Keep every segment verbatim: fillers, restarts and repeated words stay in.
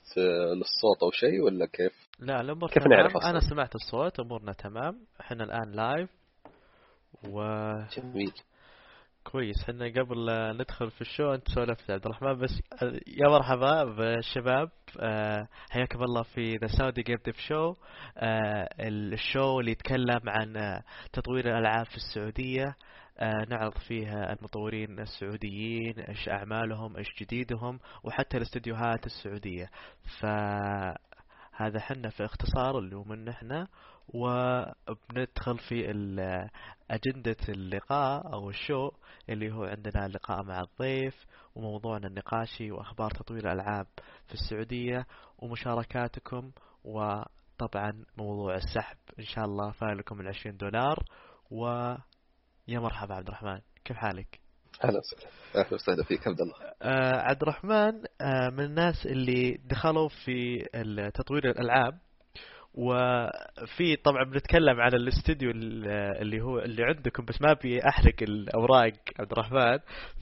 آه، للصوت أو شيء ولا كيف؟ لا الأمور كيف تمام، نعرف أصلا؟ أنا سمعت الصوت، أمورنا تمام، إحنا الآن لايف وكويس. جميل. إحنا قبل لا ندخل في الشو أنت سولفت عبد الرحمن، بس يا مرحبا بالشباب. آه، حياكم الله في ذا سعودي جيم ديف شو، الشو اللي يتكلم عن آه، تطوير الألعاب في السعودية. آه، نعرض فيها المطورين السعوديين، ايش اعمالهم، ايش جديدهم، وحتى الاستديوهات السعودية. فهذا حنا في اختصار اللي هو من احنا، وبندخل في ال- أجندة اللقاء أو الشو اللي هو عندنا لقاء مع الضيف، وموضوعنا النقاشي وأخبار تطوير الألعاب في السعودية ومشاركاتكم، وطبعا موضوع السحب إن شاء الله فالكم العشرين دولار. و يا مرحبا عبد الرحمن، كيف حالك؟ أهلا وسهلا. أهلا وسهلا فيك عبد الله. آه عبد الرحمن آه من الناس اللي دخلوا في ال- تطوير الألعاب، وفي طبعا بنتكلم على الاستديو ال- اللي هو اللي عندكم، بس ما ابي احرق الاوراق عبد الرحمن.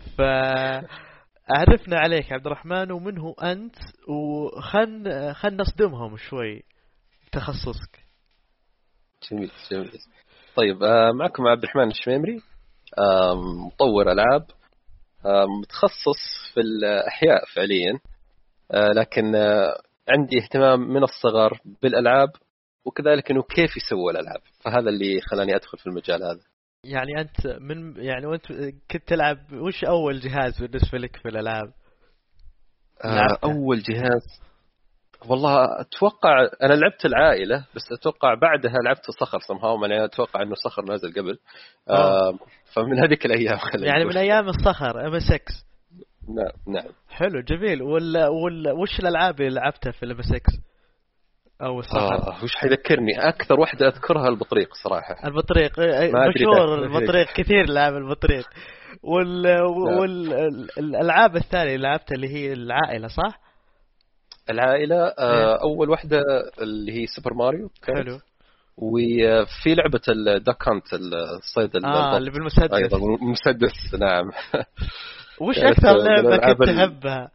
فعرفنا عليك عبد الرحمن ومن هو انت، وخل خل نصدمهم شوي تخصصك. جميل جميل. طيب آه، معكم عبد الرحمن الشميمري، آه، مطور ألعاب، آه، متخصص في الأحياء فعليا، آه، لكن آه، عندي اهتمام من الصغر بالألعاب، وكذلك إنه كيف يسووا الألعاب، فهذا اللي خلاني أدخل في المجال هذا. يعني انت من يعني وانت كنت تلعب، وش اول جهاز بالنسبه لك في الالعاب آه، لعبته؟ أول جهاز والله أتوقع أنا لعبت العائلة، بس أتوقع بعدها لعبت صخر صمها، يعني أتوقع إنه صخر نازل قبل. أوه. آه، فمن هذيك الأيام خلينا يعني نقول. من ايام الصخر ام اس اكس. نعم نعم. حلو جميل. ولا ولا وش الالعاب اللي لعبتها في الام اس اكس او الصخر؟ آه وش حيذكرني أكثر واحدة أذكرها البطريق صراحة. البطريق ما أدري مشهور، ذاك. البطريق كثير لعب البطريق. وال نعم. والالعاب الثانيه اللي لعبتها اللي هي العائله صح؟ العائلة إيه؟ آه أول واحدة اللي هي سوبر ماريو كانت. حلو. وفي لعبة الدك هانت، الصيد اه البط اللي بالمسدس. أيضا مسدس نعم. وش كانت اكثر من لعبه الألعاب كنت ال- تحبها؟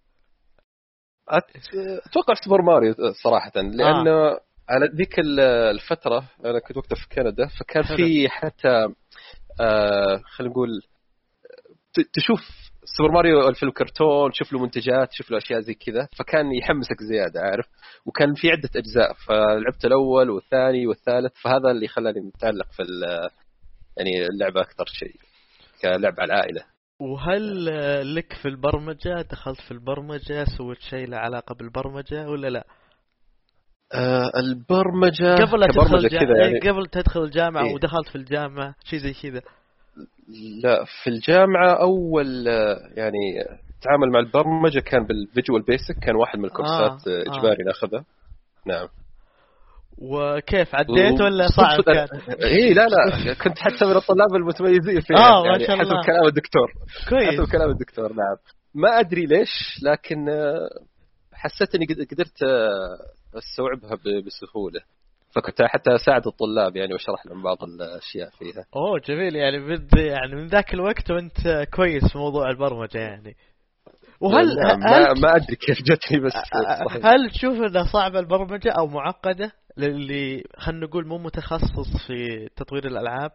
أت- أتوقع سوبر ماريو صراحة، اه لأنه على ذيك ال- الفترة أنا كنت وقتها في كندا، فكان حلو. في حتى آه خلينا نقول ت- تشوف سوبر ماريو في الكرتون، تشوف له منتجات، تشوف له اشياء زي كذا، فكان يحمسك زياده عارف. وكان في عده اجزاء، فلعبت الاول والثاني والثالث، فهذا اللي خلاني متعلق في ال- يعني اللعبه اكثر شيء كلعب على العائله. وهل آه، لك في البرمجه؟ دخلت في البرمجه؟ سويت شيء له علاقه بالبرمجه ولا لا؟ آه البرمجه قبل لا تدخل كبرمجه جا... كذا يعني. إيه، قبل تدخل الجامعة إيه؟ ودخلت في الجامعة شيء زي كذا؟ لا في الجامعه اول آه، يعني تعامل مع البرمجه كان بالفيجوال بيسك، كان واحد من آه الكورسات آه، آه. اجباري ناخذه. نعم. وكيف عديت ولا صعب صدفة كان؟ اي لا لا كنت حتى من الطلاب المتميزين فيها. آه ما يعني شاء حسب الله. كلام الدكتور. كويس. حسب كلام الدكتور نعم. ما ادري ليش، لكن آه، حسيت اني قد- قدرت آه، استوعبها ب- بسهوله، فكنت حتى اساعد الطلاب يعني واشرح لهم بعض الاشياء فيها. اوه جميل. يعني بد يعني من ذاك الوقت وانت كويس في موضوع البرمجة يعني. وهل نعم هل ما ما ادري كيف جتني بس صحيح. هل تشوف انها صعبة البرمجة او معقدة للي خلينا نقول مو متخصص في تطوير الالعاب؟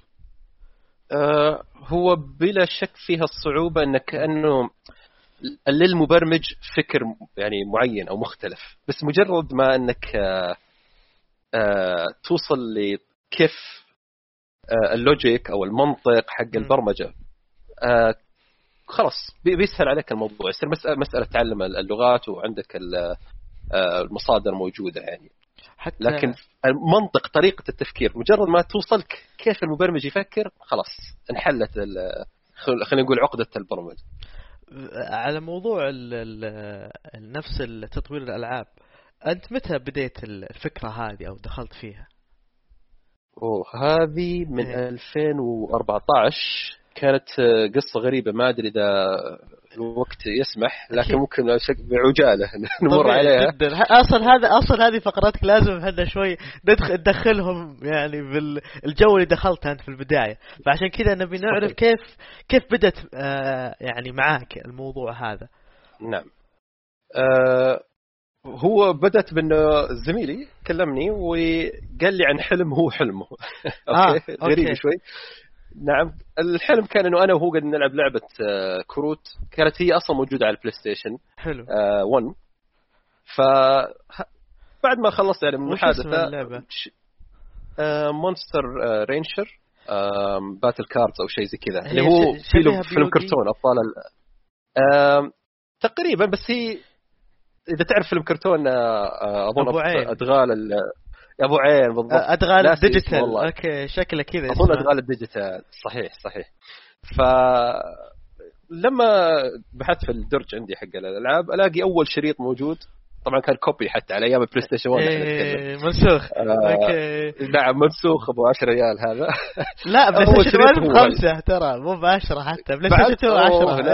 آه، هو بلا شك فيها الصعوبة انك كأنه للمبرمج فكر يعني معين او مختلف، بس مجرد ما انك آه، آه، توصل لكيف آه، اللوجيك او المنطق حق م. البرمجة، آه، خلاص بي- بيسهل عليك الموضوع، يصير مسألة, مسألة تعلم اللغات وعندك ال- آه، المصادر موجودة يعني. حتى لكن المنطق طريقة التفكير مجرد ما توصلك كيف المبرمج يفكر، خلاص انحلت ال- خل- خلينا نقول عقدة البرمجة. على موضوع ال ال نفس تطوير الألعاب، أنت متى بديت الفكرة هذه أو دخلت فيها؟ أوه هذه من إيه. ألفين وأربعة عشر، كانت قصة غريبة، ما أدري إذا الوقت يسمح، لكن أكيد. ممكن بعجالة نمر عليها. جدا. أصل هذا أصل هذه فقراتك لازم احنا شوي ندخل ندخلهم يعني بالجو اللي دخلت أنت في البداية، فعشان كذا نبي نعرف كيف كيف بدت آه يعني معاك الموضوع هذا. نعم. آه هو بدأت بأنه زميلي كلمني وقال لي عن حلم هو حلمه. أوكي. آه، غريب أوكي. شوي. نعم. الحلم كان إنه أنا وهو قاعد نلعب لعبة كروت، كانت هي أصلا موجودة على البلاي ستيشن حلو. واحد. فبعد ما خلصت يعني من المحادثة مونستر رينشر باتل كاردز أو شيء زي كذا، اللي هو فيلم فيلم كرتون أبطال ال... تقريبا. بس هي إذا تعرف فيلم كرتون أظن أدغال ال... أبو عين بالضبط، أدغال الديجيتال. أوكي شكله كذا أظن أدغال الديجيتال. صحيح صحيح. فلما بحثت في الدرج عندي حق الألعاب ألاقي أول شريط موجود، طبعا كان كوبي حتى على أيام البلاي ستيشن واحد. إيه منسوخ. آه أوكي. نعم منسوخ أبو عشرة ريال هذا. لا بلاي ستيشن واحد بخمسة ترى، مو بعشرة حتى. بلاي ستيشن عشرة.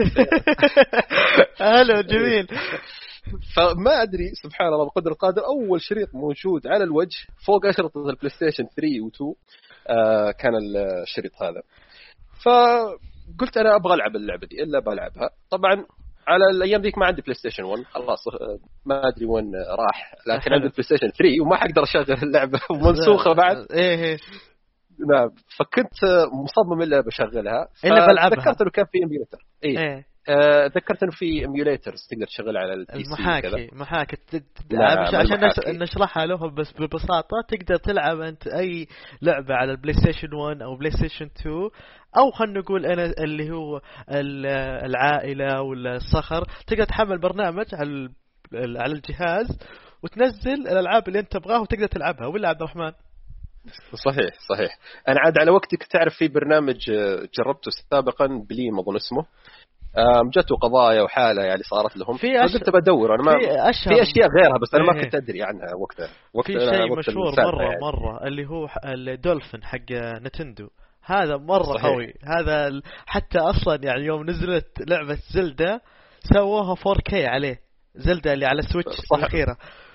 حلو جميل. فما أدري سبحان الله بقدر القادر أول شريط موجود على الوجه فوق أشرطة البلاي ستيشن ثلاثة و اثنين آه كان الشريط هذا. فقلت أنا أبغى ألعب اللعبة دي إلا بلعبها. طبعا على الأيام ذيك ما عندي بلاي ستيشن واحد، خلاص ما أدري وين راح، لكن عندي بلاي ستيشن ثلاثة وما حقدر أشغل اللعبة ومنسوخة بعد. إيه نعم. فكنت مصمم إلا بشغلها، إلا بلعبها. ذكرت إنه كان في إمبيليتر. إيه, إيه. آه ذكرت إنه في إميوليترز تقدر تشغل على البي سي المحاكي محاكي نعم عشان نشرحها لهم بس ببساطة. تقدر تلعب أنت أي لعبة على البلاي ستيشن واحد أو بلاي ستيشن اثنين، أو خلنا نقول أنا اللي هو العائلة ولا الصخر، تقدر تحمل برنامج على على الجهاز وتنزل الألعاب اللي أنت تبغاها وتقدر تلعبها. ولا عبد الرحمن؟ صحيح صحيح. أنا عاد على وقتك تعرف في برنامج جربته سابقا بليم أظن اسمه، جته قضايا وحالة يعني صارت لهم، فقلت بدور أنا ما في, في أشياء غيرها بس أنا ما كنت أدري عنها وقتها. وقت في شيء مشهور مرة يعني. مرة اللي هو الدولفين حق نتندو، هذا مرة صحيح. قوي هذا. حتى أصلا يعني يوم نزلت لعبة زلدة سووها فور كي عليه، زلدة اللي على السويتش الأخيرة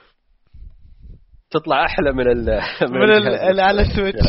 تطلع أحلى من ال من ال على السويتش.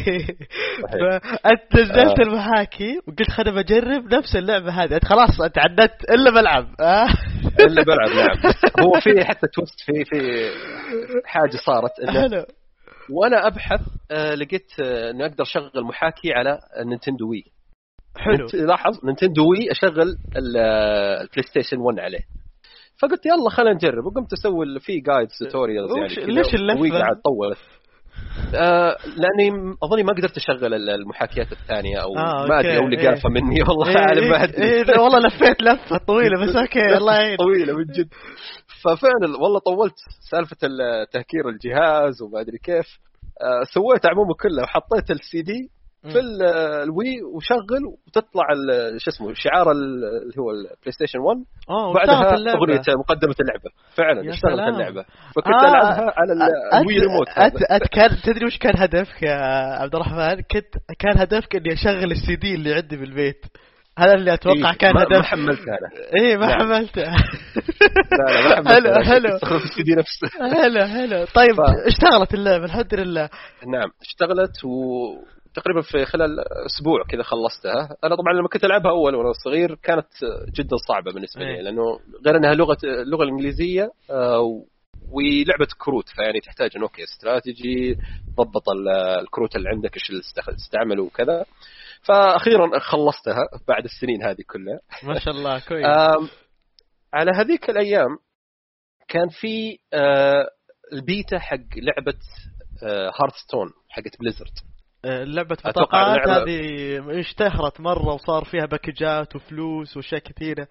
فأنت نزلت المحاكي وقلت خلنا بجرب نفس اللعبة هذه. أنت خلاص أنت عدت إلا بلعب إلا بلعب. نعم. هو في حتى توست في في حاجة صارت إنه وأنا أبحث آه لقيت آه إني أقدر أشغل محاكي على نينتندو وي. حلو. لاحظ نينتندو وي أشغل البلاي ستيشن واحد عليه، فقلت يلا خلينا نجرب. وقمت اسوي في جايد توتوريالز يعني ليش اللفه وقاعد طولت آه لاني اظني ما قدرت اشغل المحاكيات الثانيه او آه ما ادري او اللي قارفه إيه. مني والله اعلم. ما ادري إيه والله لفيت لفه طويله بس اوكي الله يعين طويله من جد. ففعلا والله طولت سالفه تهكير الجهاز وما ادري كيف. آه سويت عمومه كله وحطيت السي دي في الوي وشغل وتطلع شو اسمه شعار اللي هو البلاي ستيشن واحد. بعدها اغنيه مقدمه اللعبه فعلا اشتغلت اللعبه. فكنت آه العبها على الوي ريموت. أت كان تدري وش كان هدفك يا عبد الرحمن؟ كنت كان هدفك اني اشغل السي دي اللي عندي بالبيت. هذا اللي اتوقع إيه كان هدف. ما حملته انا. ايه ما نعم. حملته. لا لا ما حملته. حلو حلو. استخدمت السي دي نفسه. حلو حلو. طيب ف... اشتغلت اللعبه الحمد لله. نعم اشتغلت و تقريبا في خلال أسبوع كذا خلصتها. أنا طبعا لما كنت ألعبها أول وأنا صغير كانت جدا صعبة بالنسبة لي لأنه غير أنها لغة اللغة الإنجليزية ولعبة كروت، فيعني تحتاج أنه أوكي استراتيجي ضبط الكروت اللي عندك إيش اللي تستعمله وكذا. فأخيرا خلصتها بعد السنين هذه كلها ما شاء الله كويس. على هذيك الأيام كان في البيتا حق لعبة هارتستون حقت بليزرد. لعبة بطاقات هذه اشتهرت مرة وصار فيها باكجات وفلوس وشيء كثيرة.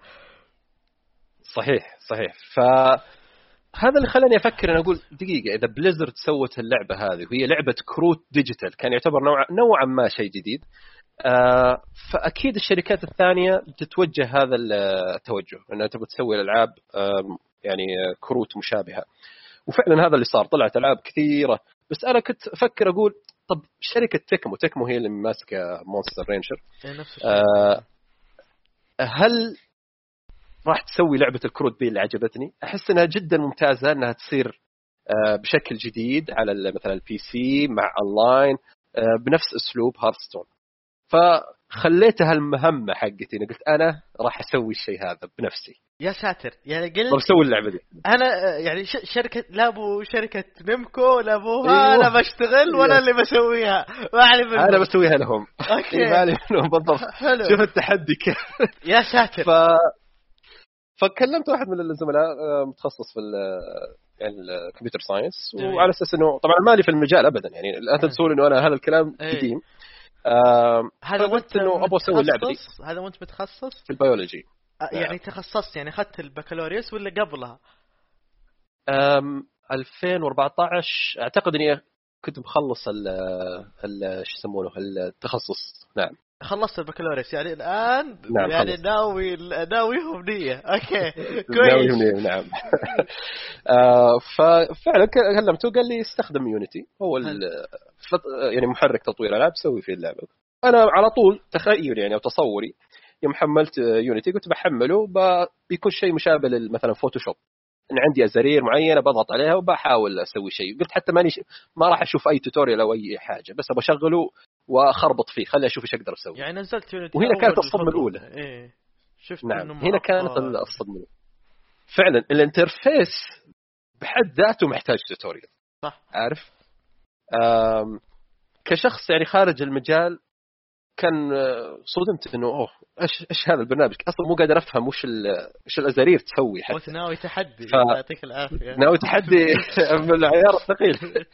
صحيح صحيح. فهذا اللي خلاني أفكر أنا أقول دقيقة إذا بليزرد سوت اللعبة هذه وهي لعبة كروت ديجيتال كان يعتبر نوع نوعا ما شيء جديد، آه فأكيد الشركات الثانية تتوجه هذا التوجه أنها تبغى تسوي الألعاب آه يعني كروت مشابهة. وفعلا هذا اللي صار، طلعت ألعاب كثيرة. بس أنا كنت أفكر أقول طب شركة تكمو تكمو هي اللي ماسكة مونستر رينشر آه هل راح تسوي لعبة الكروت بي اللي عجبتني؟ أحس أنها جدا ممتازة أنها تصير آه بشكل جديد على مثلا البي سي مع أونلاين آه بنفس أسلوب هارستون. فخليتها المهمة حقتي، أنا قلت أنا راح أسوي الشيء هذا بنفسي. يا ساتر يعني قلت بسوي اللعبه دي انا يعني ش- شركه لابو شركه نمكو لابوها انا بشتغل وانا اللي بسويها ما علي منهم انا بسويها لهم اوكي ما علي منهم بالضبط. حلو شوف التحدي كيف. يا ساتر ف فكلمت واحد من الزملاء آه، متخصص في ال- يعني الكمبيوتر ساينس جميل. وعلى اساس انه طبعا مالي في المجال ابدا يعني لا تنسون انه انا هذا الكلام إيه. قديم. آه، هذا فقلت وانت انه ابغى اسوي اللعبه دي متخصص هذا وانت متخصص في البيولوجي. آه، يعني تخصصت يعني اخذت البكالوريوس ولا قبلها؟ أم ألفين وأربعة عشر اعتقد اني كنت مخلص ال ال شو يسمونه التخصص. نعم خلصت البكالوريوس يعني الان نعم يعني خلص. ناوي ناويهم نية اوكي ناوي كويس مني نعم. آه، ففعلا كلمته قال لي استخدم يونيتي هو ال- فط- يعني محرك تطوير العاب سوي فيه اللعبه. انا على طول تخيل يعني او تصوري يوم حملت يونيتي كنت بحمله ب- بيكون شيء مشابه مثلا فوتوشوب ان عندي ازرير معينه بضغط عليها وبحاول اسوي شيء. قلت حتى ماني ش... ما راح اشوف اي توتوريال او اي حاجه بس ابغى اشغله واخربط فيه خلي اشوف ايش اقدر اسوي. يعني نزلت يونيتي وهنا كانت الصدمه الاولى. ايه شفت نعم انه هنا كانت الصدمه الأولى. فعلا الانترفيس بحد ذاته محتاج توتوريال صح عارف. آم... كشخص يعني خارج المجال كان صدمت انه اوه ايش ايش هذا البرنامج اصلا مو قادر افهم وش ايش الازارير تسوي حتى. ناوي تحدي ف... يعطيك العافيه ناوي تحدي من العيار الثقيل.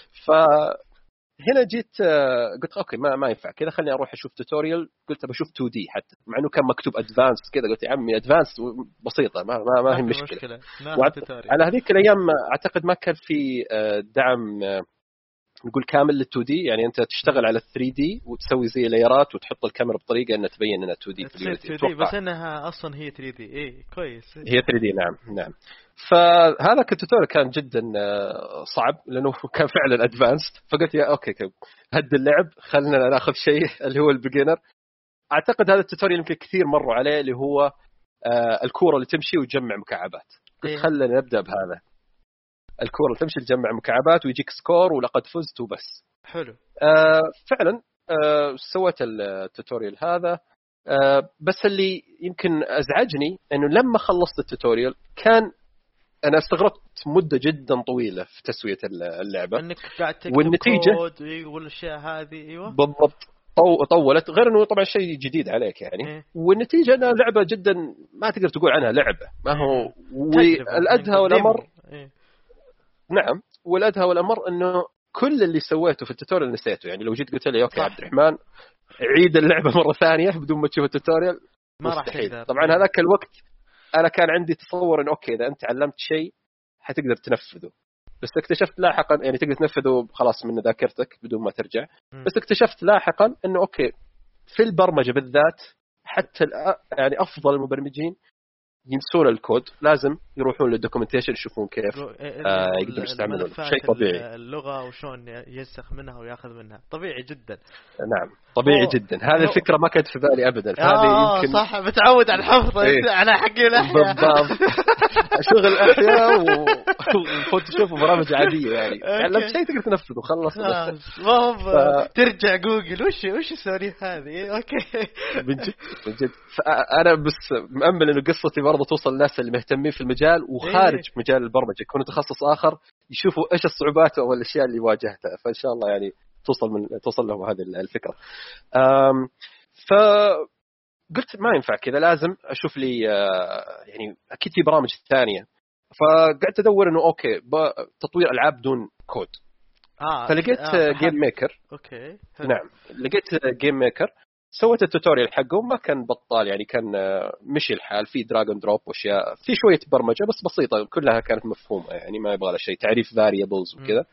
فهنا جيت قلت اوكي ما ما ينفع كذا خليني اروح اشوف توتوريال. قلت بشوف تو دي حتى مع انه كان مكتوب ادفانس كذا قلت يا عمي ادفانس بسيطه ما ما, ما هي مشكله, مشكلة. وعد... على هذيك الايام اعتقد ما كان في دعم نقول كامل لل تو دي يعني انت تشتغل على ثري دي وتسوي زي لايرات وتحط الكاميرا بطريقه انها تبين انها تو دي بس انها اصلا هي ثري دي. ايه كويس هي ثري دي نعم نعم. فهذا التوتوريال كان جدا صعب لانه كان فعلا ادفانسد. فقلت يا اوكي هد اللعب خلينا ناخذ شيء اللي هو البيجنر. اعتقد هذا التوتوريال يمكن كثير مروا عليه اللي هو الكوره اللي تمشي وتجمع مكعبات. قلت خلينا نبدا بهذا الكورة اللي تمشي تجمع مكعبات ويجيك سكور ولقد فزت وبس. حلو. آه فعلا آه سويت التوتوريال هذا. آه بس اللي يمكن أزعجني أنه لما خلصت التوتوريال كان أنا استغربت مدة جدا طويلة في تسوية اللعبة. أنك قاعد تكتب والنتيجة كود والأشياء هذه. أيوة بالضبط طولت غير أنه طبعا شيء جديد عليك يعني. إيه؟ والنتيجة أنها لعبة جدا ما تقدر تقول عنها لعبة ما هو. والأدهى والأمر إيه؟ نعم والأدهى والأمر أنه كل اللي سويته في التوتوريال نسيته. يعني لو جيت قلت لي أوكي عبد الرحمن عيد اللعبة مرة ثانية بدون ما تشوف التوتوريال ما راح تقدر. طبعا هذاك الوقت أنا كان عندي تصور أنه أوكي إذا أنت علمت شيء حتقدر تنفذه. بس اكتشفت لاحقا يعني تقدر تنفذه خلاص من ذاكرتك بدون ما ترجع. م. بس اكتشفت لاحقا أنه أوكي في البرمجة بالذات حتى يعني أفضل المبرمجين ينسون الكود لازم يروحون للدوكيومنتيشن يشوفون كيف آه يقدروا يستعملون شيء طبيعي. اللغة وشون ينسخ منها وياخذ منها طبيعي جدا. نعم طبيعي جدا. هذه الفكرة ما كانت في بالي أبدا. هذه آه يمكن صح متعود على الحفظ إيه؟ على حق الأحياء بالضبط. شغل أحياء وفوتوشوب وبرامج عادية يعني علمت شيء تقدر تنفذه وخلص. آه ما ف... ترجع جوجل وش وش السواليف هذه. أوكي من جد من جد. أنا بس مأمل إنه قصتي برضه توصل للناس اللي مهتمين في المجال وخارج إيه؟ مجال البرمجة يكونوا تخصص آخر يشوفوا إيش الصعوبات أو الأشياء اللي واجهتها. فإن شاء الله يعني توصل من توصل لهم هذه الفكرة. أم فقلت ما ينفع كذا لازم أشوف لي يعني أكيد في برامج ثانية. فقعدت أدور إنه أوكي تطوير ألعاب دون كود. آه فلقيت آه جيم ميكر. أوكي نعم لقيت جيم ميكر سويت التوتوريال حقه ما كان بطال يعني كان مشي الحال في دراجون دروب واشياء في شويه برمجه بس بسيطه كلها كانت مفهومه يعني ما يبغى لها شيء تعريف فاريبلز وكذا.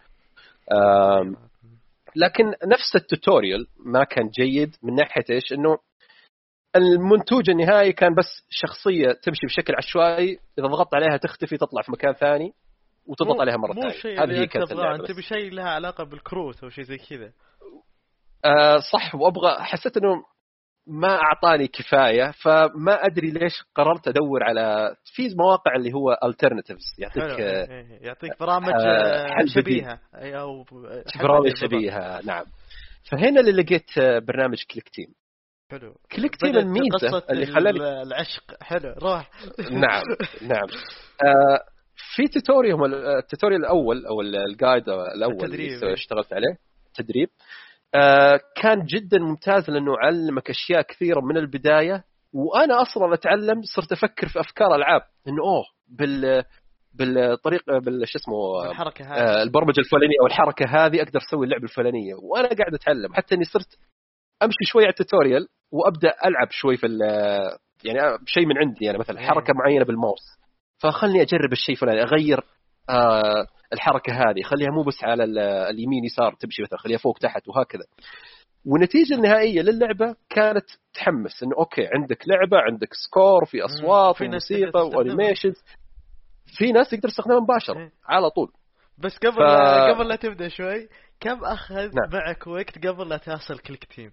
لكن نفس التوتوريال ما كان جيد من ناحيه ايش انه المنتوج النهائي كان بس شخصيه تمشي بشكل عشوائي اذا ضغطت عليها تختفي تطلع في مكان ثاني وتضغط عليها مره ثانيه. هذه هي كانت انت بشيء لها علاقه بالكروت او شيء زي كذا. آه صح وابغى حسيت انه ما أعطاني كفاية فما أدري ليش قررت أدور على في مواقع اللي هو alternatives يعطيك يعطيك برامج آه شبيهة أو برامج شبيهة. نعم فهنا اللي لقيت برنامج كليك تيم. حلو. كليك تيم الميزة اللي خلاني العشق حلو روح. نعم نعم. آه في توتوريال التوتوريال الأول أو الجايد الأول اللي اشتغلت عليه تدريب آه كان جدا ممتاز لأنه علمك أشياء كثيرة من البداية. وأنا أصلا أتعلم صرت أفكر في أفكار ألعاب إنه أوه بال بالطريقة بالش اسمه الحركة هذه آه البرمجة الفلانية أو الحركة هذه أقدر أسوي اللعبة الفلانية وأنا قاعد أتعلم. حتى إني صرت أمشي شوي على التوتوريال وأبدأ ألعب شوي في يعني شيء من عندي يعني مثلا حركة معينة بالماوس فخلني أجرب الشيء فلاني أغير آه الحركة هذه خليها مو بس على اليمين يسار تمشي مثلا خليها فوق تحت وهكذا. والنتيجة النهائية للعبة كانت تحمس إنه أوكي عندك لعبة عندك سكور في أصوات وموسيقى وأنيميشنز في ناس يقدر يستخدمها مباشرة على طول. بس قبل ف... قبل لا تبدأ شوي كم أخذ نعم. معك وقت قبل لا تصل كليك تيم؟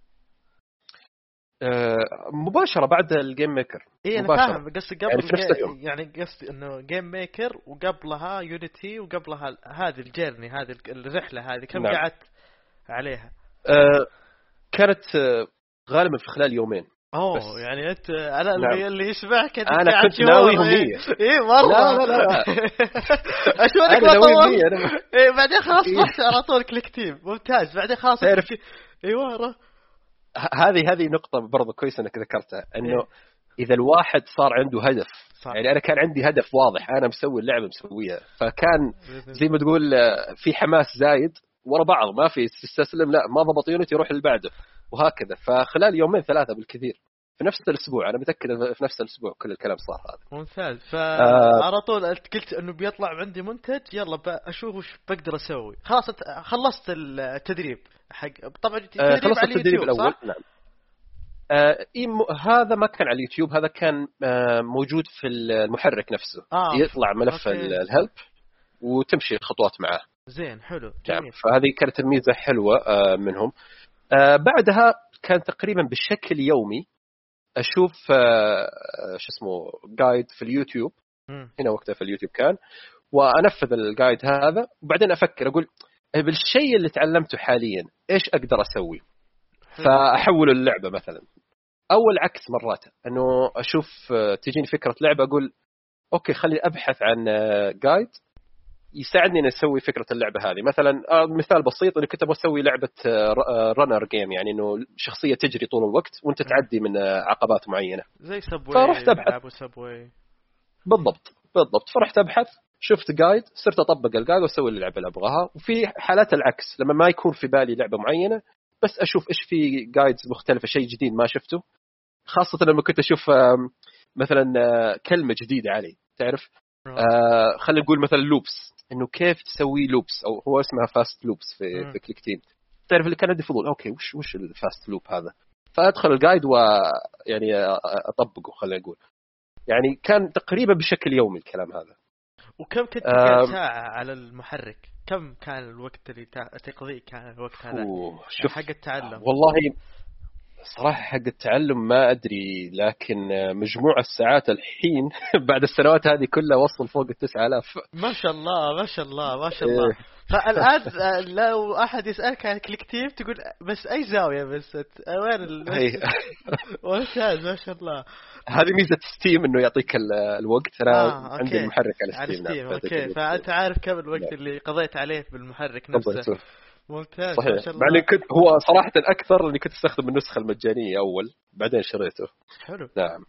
آه مباشرة بعد الجيم ميكر. إيه أنا فاهم قصدي قبل يعني, يعني قصدي إنه جيم ميكر وقبلها يونيتي وقبلها هذه الجيرني هذه الرحلة هذه كم نعم. قعدت عليها؟ آه كانت آه غالبا في خلال يومين. اوه يعني انت انا نعم. اللي يسمعك انا كنت ناويهم مية. ايه مره لا لا لا اشوفك ما طول ايه بعدين خلاص رحت على طول كليك تيم ممتاز. بعدين خلاص ايوه هذه هذه نقطه برضو كويسه انك ذكرتها انه اذا الواحد صار عنده هدف صح. يعني انا كان عندي هدف واضح انا مسوي اللعبه مسويها فكان زي ما تقول في حماس زايد ورا بعض ما في تستسلم لا ما ضبط يونيتي يروح اللي بعده وهكذا. فخلال يومين ثلاثة بالكثير في نفس الأسبوع أنا متأكد في نفس الأسبوع كل الكلام صار هذا ممتاز. فعلى آه طول قلت إنه بيطلع عندي منتج يلا أشوف وش بقدر أسوي. خلاص خلصت التدريب حق طبعا التدريب آه خلصت على التدريب اليوتيوب الأول نعم. آه هذا ما كان على اليوتيوب هذا كان آه موجود في المحرك نفسه آه يطلع ملف الهلب وتمشي الخطوات معه. زين حلو نعم. فهذه كانت الميزة حلوة آه منهم. آه بعدها كان تقريبا بشكل يومي أشوف آه شو اسمه جايد في اليوتيوب م. هنا وقتها في اليوتيوب كان وأنفذ الجايد هذا وبعدين أفكر أقول بالشيء اللي تعلمته حاليا إيش أقدر أسوي فأحول اللعبة مثلا. أول عكس مرات أنه أشوف آه تجيني فكرة لعبة أقول أوكي خلي أبحث عن آه جايد يساعدني أن أسوي فكرة اللعبة هذه. مثلا مثال بسيط أني كنت أسوي لعبة رانر جيم يعني أنه شخصية تجري طول الوقت وأنت تعدي من عقبات معينة زي سبوي فرحت أبحث سبوي. بالضبط بالضبط فرحت أبحث شفت جايد صرت أطبق الجايد وأسوي اللعبة اللي أبغاها. وفي حالات العكس لما ما يكون في بالي لعبة معينة بس أشوف إيش في جايدز مختلفة شيء جديد ما شفته خاصة لما كنت أشوف مثلا كلمة جديدة علي تعرف آه خلينا نقول مثلا لوبس انه كيف تسوي لوبس او هو اسمها فاست لوبس في م. في كليك تيم تعرف اللي كان عندي فضول اوكي وش وش الفاست لوب هذا فادخل الجايد ويعني اطبقه خلينا نقول يعني كان تقريبا بشكل يومي الكلام هذا. وكم كنت آه ساعة على المحرك كم كان الوقت اللي تقضيه كان الوقت هذا حق التعلم؟ والله صراحة حق التعلم ما أدري لكن مجموع الساعات الحين بعد السنوات هذه كلها وصل فوق التسعة آلاف. ما شاء الله ما شاء الله ما شاء الله. فالآن لو أحد يسألك عن كليك تيم تقول بس أي زاوية بس وين ال ممتاز ما شاء الله. هذه ميزة ستيم إنه يعطيك الوقت. أنا آه، عندي المحرك على ستيم, ستيم. أوكي فأنت عارف كم الوقت اللي قضيت عليه بالمحرك نفسه. ممتاز صحيح. ما شاء الله. يعني كنت هو صراحة أكثر اللي كنت أستخدم النسخة المجانية أول بعدين شريته. حلو. نعم.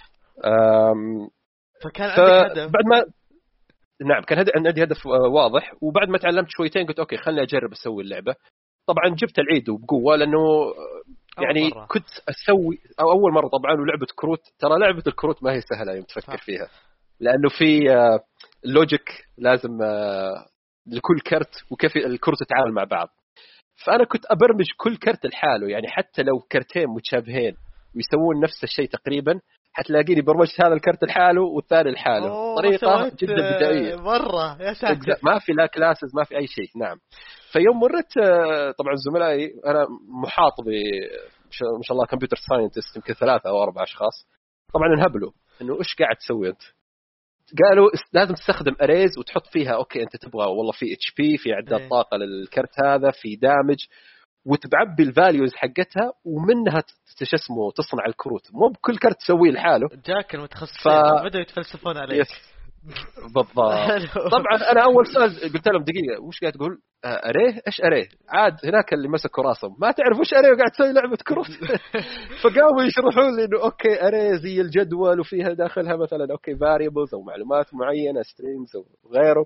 أم... فكان عندك هدف. بعد ما نعم كان هد... عندي هدف واضح وبعد ما تعلمت شويتين قلت أوكي خلني أجرب أسوي اللعبة. طبعا جبت العيد وبقوة لأنه يعني كنت أسوي أو أول مرة طبعا ولعبة كروت ترى لعبة الكروت ما هي سهلة يوم تفكر فيها لأنه في اللوجيك لازم لكل كرت وكيف الكروت تتعامل مع بعض. فأنا كنت أبرمج كل كرت لحاله يعني حتى لو كرتين متشابهين ويسوون نفس الشيء تقريبا حتلاقيني برمجت هذا الكرت لحاله والثاني لحاله طريقة جدا بدائية مرة يا ساتر ما في لا كلاسز ما في أي شيء. نعم. فيوم مرت طبعا زملائي أنا محاط ب ما شاء الله كمبيوتر ساينتست يمكن ثلاثة أو أربعة أشخاص طبعا انهبلوا إنه إيش قاعد تسوي أنت. قالوا لازم تستخدم أريز وتحط فيها أوكي أنت تبغى والله في اتش بي في عداد طاقة للكرت هذا في دامج وتبعبي الفاليوز حقتها ومنها شو اسمه تصنع الكروت، مو بكل كرت تسويه لحاله. جاك المتخصصين ف... بدأوا يتفلسفون عليك. بالضبط. طبعا انا اول سؤال قلت لهم دقيقه وش قاعد تقول؟ اريه؟ ايش اريه؟ عاد هناك اللي مسكوا راسهم ما تعرف وش اريه وقاعد تسوي لعبه كروت. فقاموا يشرحون لي انه اوكي اريه زي الجدول وفيها داخلها مثلا اوكي فاريبلز او معلومات معينه سترينجز وغيره.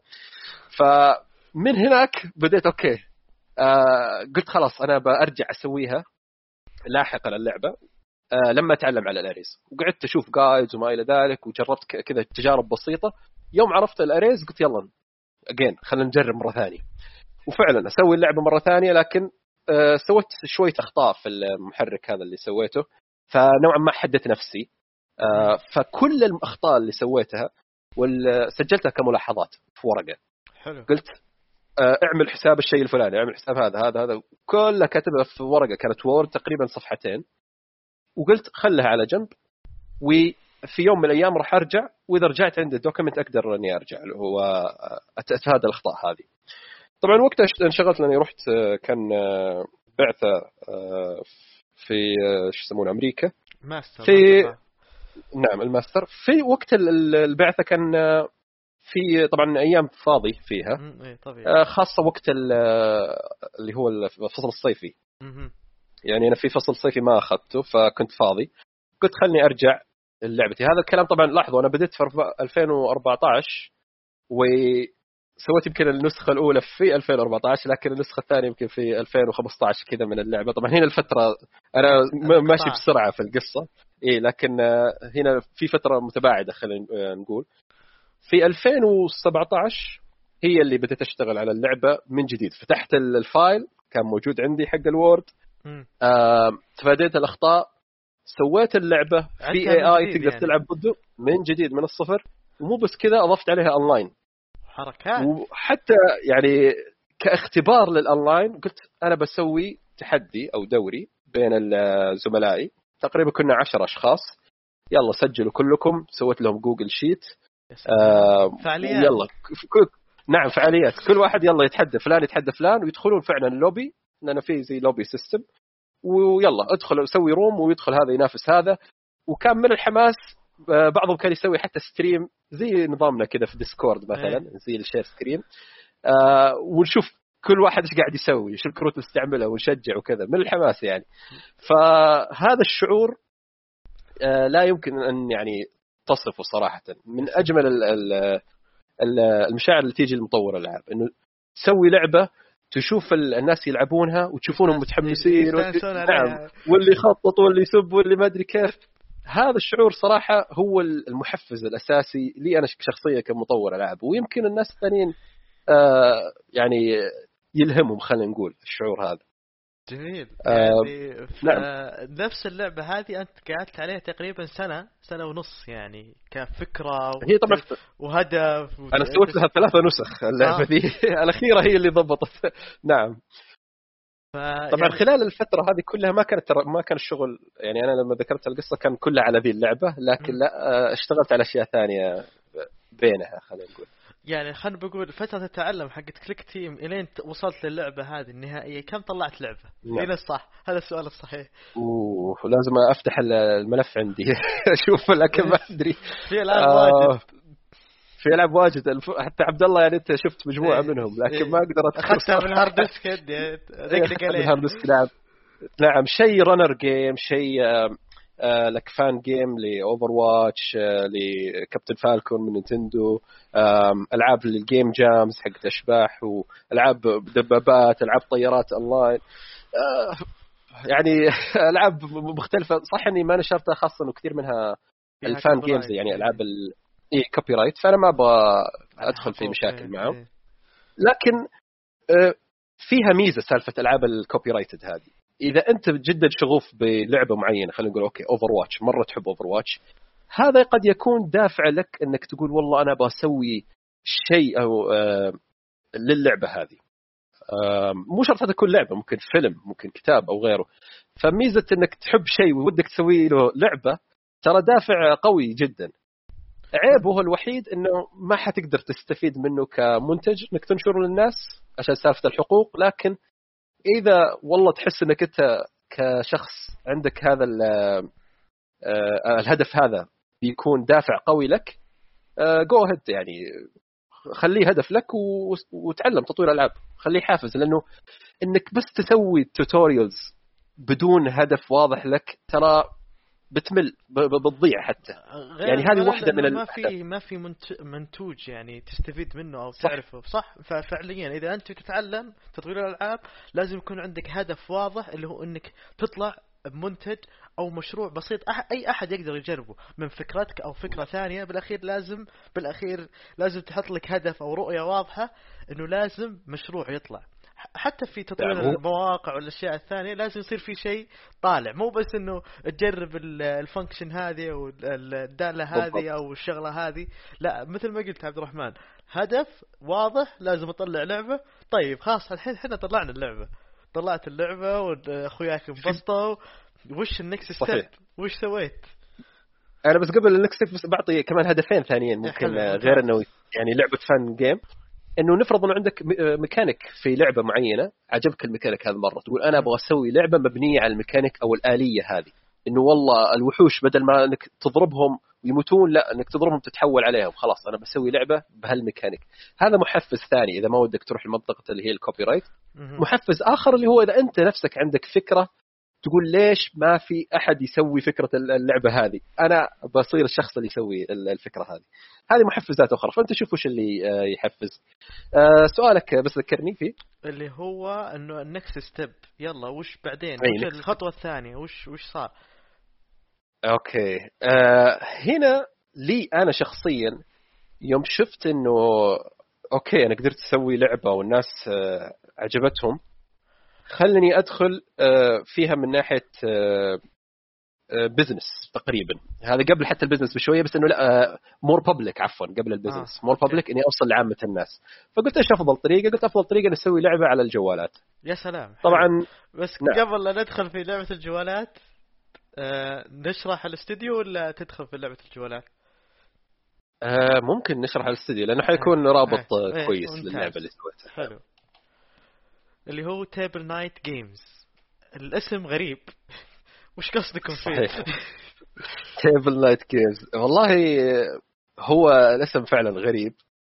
فمن هناك بديت اوكي آه قلت خلاص انا برجع اسويها لاحقا اللعبه آه لما اتعلم على الاريز، وقعدت اشوف جايدز وما الى ذلك وجربت كذا تجارب بسيطه. يوم عرفت الاريز قلت يلا اجين خلينا نجرب مره ثانيه، وفعلا اسوي اللعبه مره ثانيه. لكن آه سويت شويه اخطاء في المحرك هذا اللي سويته، فنوعا ما حدت نفسي. آه فكل الاخطاء اللي سويتها وسجلتها كملاحظات في ورقه. حلو. قلت آه اعمل حساب الشيء الفلاني، اعمل حساب هذا هذا هذا كلها كاتبها في ورقه كانت وورد تقريبا صفحتين، وقلت خلها على جنب وفي يوم من الايام راح ارجع، واذا رجعت عند الدوكيمنت اقدر اني ارجع له واتفادى الاخطاء هذه. طبعا وقتها انشغلت لاني رحت كان بعثه في شو يسمونه امريكا ماستر. في نعم الماستر. في وقت البعثه كان في طبعا ايام فاضي فيها خاصه وقت اللي هو الفصل الصيفي. يعني انا في فصل صيفي ما اخذته فكنت فاضي، قلت خلني ارجع لعبتي. هذا الكلام طبعا لاحظوا انا بديت في ألفين وأربعة عشر وسويت يمكن النسخه الاولى في ألفين وأربعة عشر، لكن النسخه الثانيه يمكن في ألفين وخمسة عشر كذا من اللعبه. طبعا هنا الفتره انا ماشي بسرعه في القصه ايه، لكن هنا في فتره متباعده خلينا نقول. في ألفين وسبعة عشر هي اللي بديت اشتغل على اللعبه من جديد. فتحت الفايل كان موجود عندي حق الوورد، آه، تفاديت الأخطاء، سويت اللعبة في إيه آي تقدر يعني تلعب ضده من جديد من الصفر. ومو بس كذا أضفت عليها أونلاين حركات، وحتى يعني كاختبار للأونلاين قلت أنا بسوي تحدي أو دوري بين الزملائي، تقريبا كنا عشر أشخاص، يلا سجلوا كلكم. سويت لهم جوجل شيت آه فعاليات. يلا نعم فعاليات، كل واحد يلا يتحدى فلان يتحدى فلان، ويدخلون فعلا اللوبي لأنه في زي لوبي سيستم، ويلا ادخل وسوي روم ويدخل هذا ينافس هذا. وكان من الحماس بعضهم كان يسوي حتى ستريم زي نظامنا كذا في ديسكورد مثلا زي الشير سكرين، آه ونشوف كل واحد ايش قاعد يسوي، ايش الكروت اللي استعملها ونشجع وكذا من الحماس يعني. فهذا الشعور آه لا يمكن ان يعني تصفه صراحة. من اجمل ال ال المشاعر اللي تيجي لمطور الالعاب، انه تسوي لعبة تشوف الناس يلعبونها وتشوفونهم متحمسين و... نعم، واللي يخطط واللي يسب واللي ما ادري كيف. هذا الشعور صراحة هو المحفز الأساسي لي أنا شخصيا كمطور ألعاب، ويمكن الناس الثانيين آه يعني يلهمهم خلينا نقول الشعور هذا. جميل. آه يعني نعم. نفس اللعبة هذه أنت قعدت عليها تقريبا سنة سنة ونص يعني كفكرة و... هي طبعا وهدف و... أنا سويت لها ثلاثة نسخ اللعبة آه. دي الأخيرة هي اللي ضبطت. نعم. ف... طبعا يعني... خلال الفترة هذه كلها ما كانت ما كان الشغل يعني أنا لما ذكرت القصة كان كلها على ذي اللعبة، لكن م. لا اشتغلت على أشياء ثانية بينها خلينا نقول. يعني خلينا بقول فترة التعلم حقت كليك تيم إلين وصلت للعبة هذه النهائية كم طلعت لعبة؟ هنا الصح، هذا السؤال الصحيح. أوه لازم أفتح الملف عندي أشوف لكن ما أدري. في ألعاب واجد. في ألعاب واجد حتى عبد الله يعني أنت شفت مجموعة إيه منهم لكن إيه ما أقدر أذكر. أخذتها من هارد ديسك هدي ذكرك عليه. هارد ديسك نعم نعم. شيء رانر جيم، شيء آه لك فان جيم لأوفر واتش، آه لكابتن فالكون من نينتندو، آه ألعاب للجيم جامز حق أشباح، وألعاب دبابات، ألعاب طيارات أونلاين، آه يعني ألعاب مختلفة. صح إني ما نشرتها خاصة إنه كثير منها الفان جيمز يعني ألعاب ال إيه كوبي رايت، فأنا ما أبغى أدخل في مشاكل معهم. لكن آه فيها ميزة سالفة ألعاب الكوبي رايتد هذه، إذا أنت جدا شغوف بلعبة معينة خلينا نقول أوكي أوفر واتش مرة تحب أوفر واتش، هذا قد يكون دافع لك أنك تقول والله أنا بسوي شيء أو آه للعبة هذه. آه مو شرط هذا تكون لعبة، ممكن فيلم ممكن كتاب أو غيره. فميزة أنك تحب شيء وودك تسوي له لعبة ترى دافع قوي جدا. عيبه الوحيد أنه ما حتقدر تستفيد منه كمنتج أنك تنشره للناس عشان سالفة الحقوق، لكن اذا والله تحس انك انت كشخص عندك هذا الهدف هذا بيكون دافع قوي لك، جو هيد يعني خليه هدف لك وتعلم تطوير العاب، خليه حافز. لانه انك بس تسوي توتوريالز بدون هدف واضح لك ترى بتمل، بتضيع حتى. يعني هذه واحده من ما في ما في منتوج يعني تستفيد منه او صح. تعرفه صح. ففعليا اذا انت تتعلم تطوير الالعاب لازم يكون عندك هدف واضح، اللي هو انك تطلع بمنتج او مشروع بسيط اي احد يقدر يجربه من فكرتك او فكره ثانيه. بالاخير لازم بالاخير لازم تحط لك هدف او رؤيه واضحه انه لازم مشروع يطلع. حتى في تطوير يعني المواقع والاشياء الثانيه لازم يصير في شيء طالع، مو بس انه تجرب الفانكشن هذه او الداله هذه او الشغله هذه. لا، مثل ما قلت عبد الرحمن، هدف واضح، لازم اطلع لعبه. طيب خلاص الحين احنا طلعنا اللعبه، طلعت اللعبه واخوياك انبسطوا، وش النكست ستيب؟ وش سويت؟ انا بس قبل النكست ستيب بس بعطي كمان هدفين ثانيين ممكن غير انه يعني لعبه فن جيم. انه نفرض انه عندك ميكانيك في لعبه معينه، عجبك الميكانيك هذا مره، تقول انا ابغى اسوي لعبه مبنيه على الميكانيك او الاليه هذه، انه والله الوحوش بدل ما انك تضربهم ويموتون، لا انك تضربهم تتحول عليهم، خلاص انا بسوي لعبه بهالميكانيك. هذا محفز ثاني اذا ما ودك تروح لمنطقه اللي هي الكوبي رايت. محفز اخر اللي هو اذا انت نفسك عندك فكره تقول ليش ما في أحد يسوي فكرة اللعبة هذه، أنا بصير الشخص اللي يسوي الفكرة هذه. هذه محفزات أخرى، فأنت شوف وش اللي يحفز. سؤالك بس ذكرني فيه اللي هو إنه النكست ستيب، يلا وش بعدين، وش الخطوة الثانية، وش وش صار. أوكي أه هنا لي أنا شخصيا يوم شفت إنه أوكي أنا قدرت أسوي لعبة والناس عجبتهم، خلني أدخل فيها من ناحية بزنس تقريبا. هذا قبل حتى البزنس بشوية، بس إنه لا مور بابليك، عفوا قبل البزنس مور بابليك، إني أوصل لعامة الناس. فقلت إيش أفضل طريقة؟ قلت أفضل طريقة نسوي لعبة على الجوالات. يا سلام. طبعا بس نعم. قبل لا ندخل في لعبة الجوالات آه نشرح الاستوديو ولا تدخل في لعبة الجوالات؟ آه ممكن نشرح الاستوديو لأنه حيكون رابط آه كويس آه للعبة اللي سويتها. حلو. اللي هو تيبل نايت جيمز. الاسم غريب. وش قصدكم فيه؟ تيبل نايت جيمز، والله هو الاسم فعلا غريب.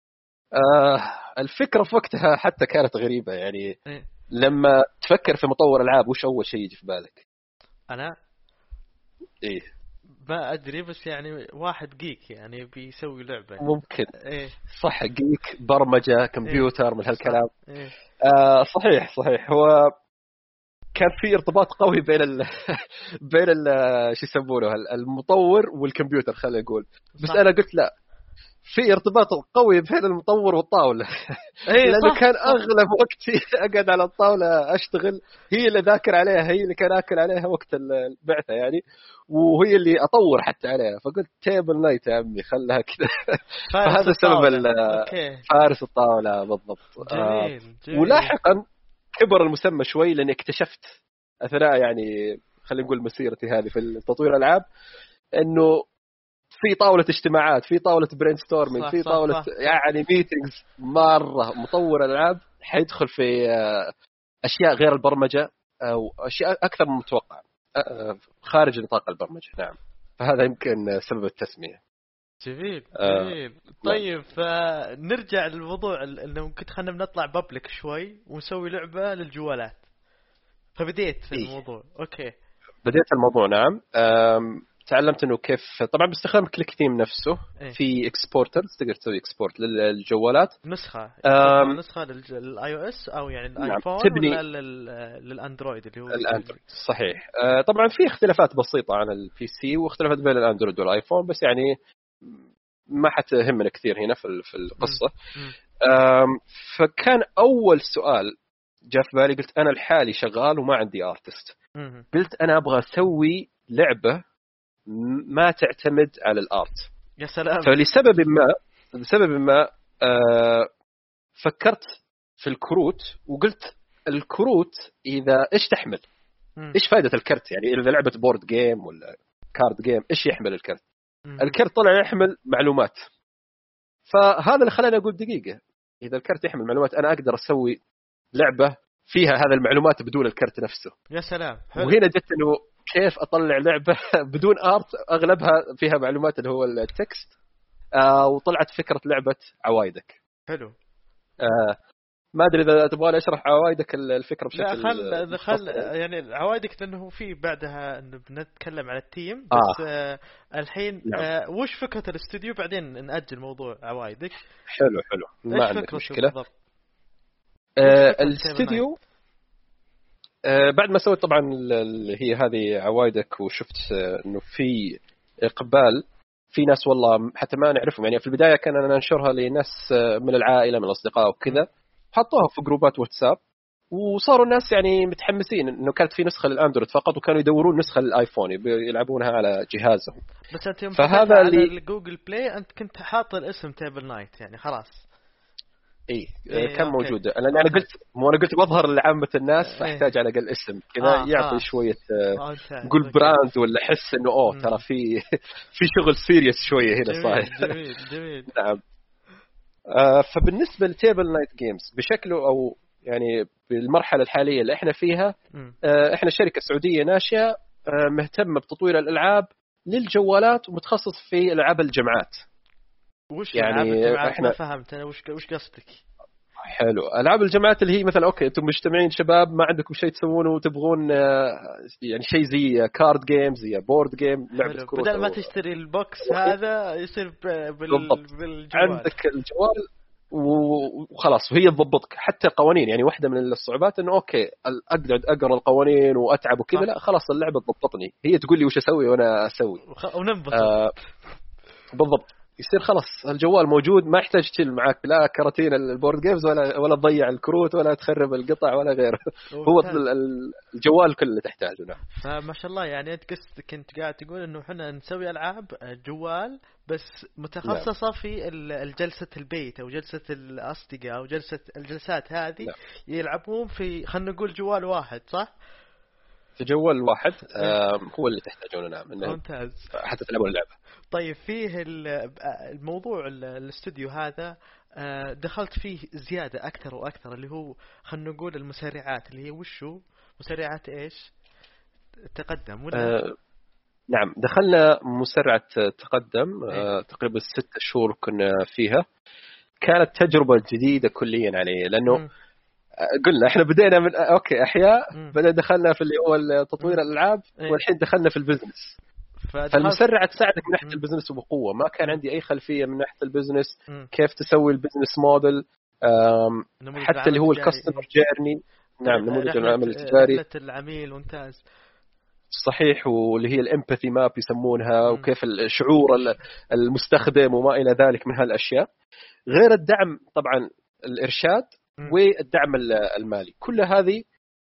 آه الفكرة في وقتها حتى كانت غريبة يعني. إيه؟ لما تفكر في مطور ألعاب وش أول شيء يجي في بالك؟ أنا إيه ما أدري، بس يعني واحد جيك يعني بيسوي لعبة. ممكن. إيه؟ صح، جيك، برمجة، كمبيوتر. إيه؟ من هالكلام. إيه؟ آه صحيح صحيح. هو كان في ارتباط قوي بين ال بين ال شو يسمونه المطور والكمبيوتر خلينا نقول. بس أنا قلت لا، في ارتباط قوي بين المطور والطاولة. إيه لأنه صح كان صح. أغلب وقتي أقعد على الطاولة أشتغل، هي اللي ذاكر عليها، هي اللي كان أكل عليها وقت البعثة يعني، وهي اللي أطور حتى عليها. فقلت تيبل نايت يا عمي خلها كذا. فهذا سبب فارس الطاولة بالضبط. جميل. جميل. ولاحقا كبر المسمى شوي لأني اكتشفت أثناء يعني خلينا نقول مسيرتي هذه في تطوير الألعاب إنه في طاولة اجتماعات، في طاولة برين ستورمينج، في طاولة صح صح. يعني ميتينجز. مرة مطور الألعاب حيدخل في أشياء غير البرمجة أو أشياء أكثر من متوقع خارج نطاق البرمجة. نعم، فهذا يمكن سبب التسمية. جميل جميل. آه. طيب فنرجع للموضوع إنه كنت خلنا بنطلع بابليك شوي ونسوي لعبة للجوالات. فبديت في الموضوع. إيه؟ أوكي بديت الموضوع. نعم. تعلمت انه كيف طبعا باستخدام كليك تيم نفسه. إيه؟ في اكسبورترز تقدر تسوي اكسبورت للجوالات، نسخه نسخه للاي او اس او يعني الايفون. نعم. تبني ولا للاندرويد اللي هو الاندرويد. صحيح. آه طبعا في اختلافات بسيطه عن البي سي واختلافات بين الاندرويد والايفون، بس يعني ما حتهمنا كثير هنا في في القصه. فكان اول سؤال جاء في بالي، قلت انا لحالي شغال وما عندي ارتست، قلت انا ابغى اسوي لعبه ما تعتمد على الارت. يا سلام. فلسبب ما لسبب ما آه فكرت في الكروت وقلت الكروت اذا ايش تحمل؟ م. ايش فائده الكرت؟ يعني اذا لعبه بورد جيم ولا كارد جيم ايش يحمل الكرت؟ م. الكرت طلع يحمل معلومات. فهذا اللي خلاني اقول دقيقه، اذا الكرت يحمل معلومات انا اقدر اسوي لعبه فيها هذا المعلومات بدون الكرت نفسه. يا سلام حلو. وهنا جت انه كيف اطلع لعبه بدون ارت اغلبها فيها معلومات اللي هو التكست. آه وطلعت فكره لعبه عوايدك. حلو. آه ما ادري اذا تبغى اشرح عوايدك الفكره بشكل. لا خل خل يعني عوايدك لانه في بعدها انه بنتكلم على التيم بس. آه. آه الحين نعم. آه وش فكره الاستوديو بعدين ناجل موضوع عوايدك. حلو حلو ما عندك مشكله. آه الاستوديو آه بعد ما سويت طبعا اللي هي هذه عوايدك وشفت آه انه في اقبال في ناس والله حتى ما نعرفهم يعني في البدايه كان انا انشرها لناس آه من العائله من الاصدقاء وكذا حطوها في جروبات واتساب وصاروا الناس يعني متحمسين انه كانت في نسخه للاندرويد فقط وكانوا يدورون نسخه للايفون يلعبونها على جهازهم. بس انت يوم فهذا على اللي... الجوجل بلاي انت كنت حاط الاسم تيبل نايت يعني خلاص. اي إيه كان موجود لان انا قلت مو انا قلت بظهر لعامه الناس فاحتاج على الاقل اسم كذا آه يعطي آه. شويه آه قول براند ولا حس انه اوه ترى في في شغل سيريس شويه هنا صاير. جميل جميل. نعم. آه فبالنسبه لتيبل نايت جيمز بشكله او يعني بالمرحله الحاليه اللي احنا فيها آه احنا شركه سعوديه ناشئه آه مهتمه بتطوير الالعاب للجوالات ومتخصص في العاب الجماعات. وش يعني العاب الجماعات احنا ما فهمت انا وش وش قصدك. حلو العاب الجماعات اللي هي مثلا اوكي انتم مجتمعين شباب ما عندكم شيء تسوونه وتبغون يعني شيء زي كارد جيم زي بورد جيم لعبه كروت بدل ما تشتري البوكس هذا يصير بال... بالجوال عندك الجوال وخلاص وهي تضبطك حتى القوانين يعني واحده من الصعوبات انه اوكي اقعد اقرا القوانين واتعب وكذا لا خلاص اللعبه تضبطني هي تقول لي وش اسوي وانا اسوي وننبسط. آه بالضبط يصير خلاص الجوال موجود ما يحتاج تشيل معك لا كراتين البورد جيمز ولا ولا تضيع الكروت ولا تخرب القطع ولا غيره. هو الجوال كله اللي تحتاجه. نعم. فما شاء الله يعني انت قصدك كنت قاعد تقول انه احنا نسوي العاب جوال بس متخصصه نعم. في الجلسه البيت او جلسه الاصدقاء او جلسه الجلسات هذه نعم. يلعبون في خلينا نقول جوال واحد صح. في جوال واحد آه هو اللي تحتاجونه. نعم. ممتاز. حتى تلعبون اللعبه. طيب فيه الموضوع الاستوديو هذا دخلت فيه زيادة أكثر وأكثر اللي هو خلنا نقول المسرعات اللي هي وشو مسرعات إيش تقدم ولا آه نعم دخلنا مسرعة تقدم آه تقريبا ست شهور كنا فيها كانت تجربة جديدة كليا عليه لأنه م. قلنا احنا بدينا من اوكي احياء بدأ دخلنا في اللي هو تطوير الالعاب والحين دخلنا في البزنس. فالمسرعة تساعدك من ناحية البزنس وبقوة ما كان عندي أي خلفية من ناحية البزنس كيف تسوي البزنس موديل حتى اللي هو الكاستمر جيرني. نعم نموذج العمل التجاري رحلة العميل ممتاز صحيح واللي هي الامباثي ماب يسمونها وكيف الشعور المستخدم وما إلى ذلك من هالأشياء غير الدعم طبعا الإرشاد والدعم المالي كل هذه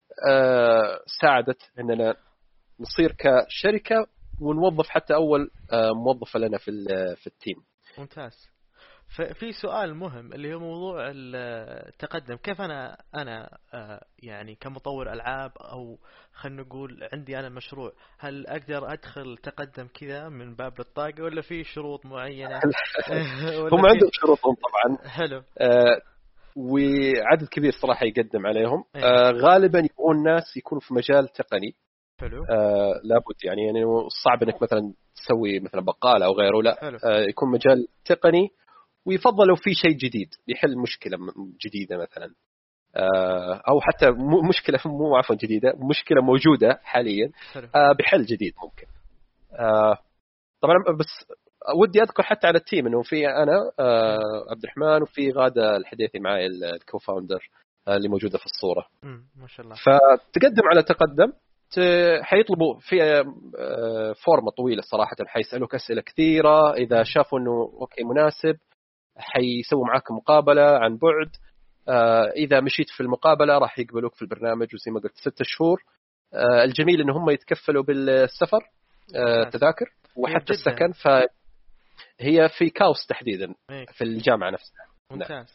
ساعدت أننا نصير كشركة ونوظف حتى أول موظفة لنا في في التيم. ممتاز. في سؤال مهم اللي هو موضوع التقدم كيف أنا أنا يعني كمطور ألعاب أو خلنا نقول عندي أنا مشروع هل أقدر أدخل تقدم كذا من باب الطاقة ولا في شروط معينة؟ هم عندهم شروطهم طبعا. حلو. آه وعدد كبير صراحة يقدم عليهم. آه غالبا يكون ناس يكونوا في مجال تقني. حلو. آه لابد يعني يعني صعب انك مثلا تسوي مثلا بقالة او غيره لا آه يكون مجال تقني ويفضل لو في شيء جديد يحل مشكلة جديدة مثلا آه او حتى مشكلة مو عفوا جديدة مشكلة موجودة حاليا آه بحل جديد ممكن. آه طبعا بس ودي اذكر حتى على التيم انه في انا آه عبد الرحمن وفي غادة الحديثي معي الكوفاوندر آه اللي موجودة في الصورة. ما شاء الله. فتقدم على تقدم حيطلبوا في فورمة طويلة صراحة حيسألوك أسئلة كثيرة إذا شافوا أنه أوكي مناسب حيسووا معاك مقابلة عن بعد إذا مشيت في المقابلة راح يقبلوك في البرنامج وزي ما قلت ستة شهور. الجميل أنه هم يتكفلوا بالسفر تذاكر وحتى السكن فهي في كاوس تحديدا في الجامعة نفسها. ممتاز.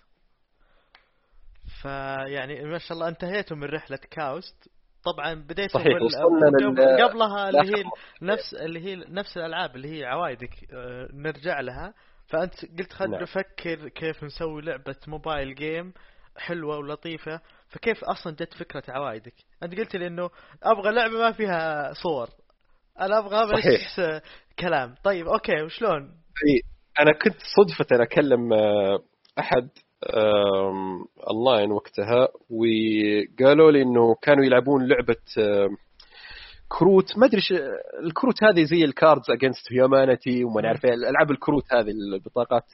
فيعني ما شاء الله انتهيتوا من رحلة كاوست طبعا بديتوا صحيح قبل قبلها اللي هي نفس اللي هي نفس الالعاب اللي هي عوايدك نرجع لها فانت قلت خلينا نفكر كيف نسوي لعبة موبايل جيم حلوة ولطيفة فكيف اصلا جت فكره عوايدك؟ انت قلت لي انه ابغى لعبه ما فيها صور، انا ابغى بس كلام. طيب اوكي وشلون؟ انا كنت صدفه اكلم احد اونلاين وقتها، وقالوا لي انه كانوا يلعبون لعبه كروت، ما ادري الكروت هذه زي الكاردز اجينست هيومانيتي وما نعرف العاب الكروت هذه البطاقات.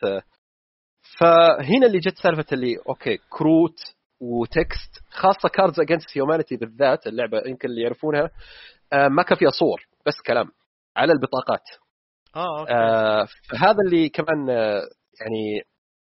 فهنا اللي جت سالفه اللي اوكي كروت وتكست، خاصه كاردز اجينست هيومانيتي بالذات اللعبه يمكن اللي يعرفونها ما كان فيها صور بس كلام على البطاقات. اه اوكي. آه فهذا اللي كمان آه يعني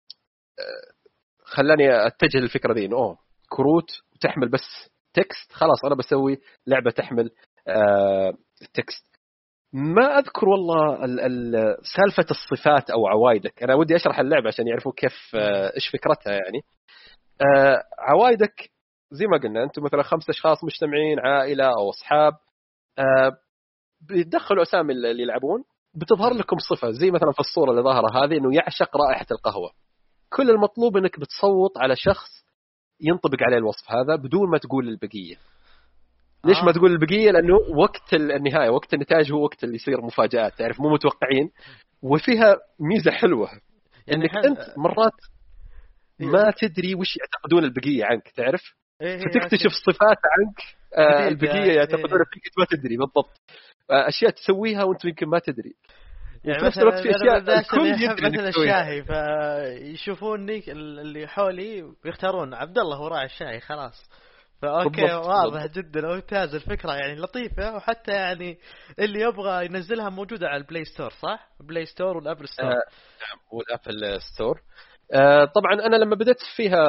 آه خلاني اتجه للفكره دي انه اوه كروت وتحمل بس تكست، خلاص انا بسوي لعبه تحمل آه تكست. ما اذكر والله ال ال سالفه الصفات او عوايدك، انا ودي اشرح اللعبه عشان يعرفوا كيف آه ايش فكرتها. يعني آه عوايدك زي ما قلنا انتم مثلا خمسة اشخاص مجتمعين، عائله او اصحاب، آه بيدخلوا اسامي اللي يلعبون، بتظهر لكم صفه زي مثلا في الصوره اللي ظاهره هذه انه يعشق رائحه القهوه. كل المطلوب انك بتصوت على شخص ينطبق عليه الوصف هذا بدون ما تقول البقيه. ليش آه. ما تقول البقيه؟ لانه وقت النهايه وقت النتاج هو وقت اللي يصير مفاجات، تعرف مو متوقعين. وفيها ميزه حلوه يعني انك انت مرات ما تدري وش يعتقدون البقيه عنك، تعرف فتكتشف صفات عنك آه البقيه يعتقدون فيك ما تدري بالضبط، اشياء تسويها وانت يمكن ما تدري. يعني مثلا في اشياء الكل يحب مثلا الشاهي فيشوفوني اللي حولي ويختارون عبد الله هو راعي الشاي خلاص. فاوكي واضح جدا وممتاز الفكره يعني لطيفه. وحتى يعني اللي يبغى ينزلها موجوده على البلاي ستور صح؟ بلاي ستور والابل ستور. نعم آه والابل ستور. آه طبعا انا لما بدأت فيها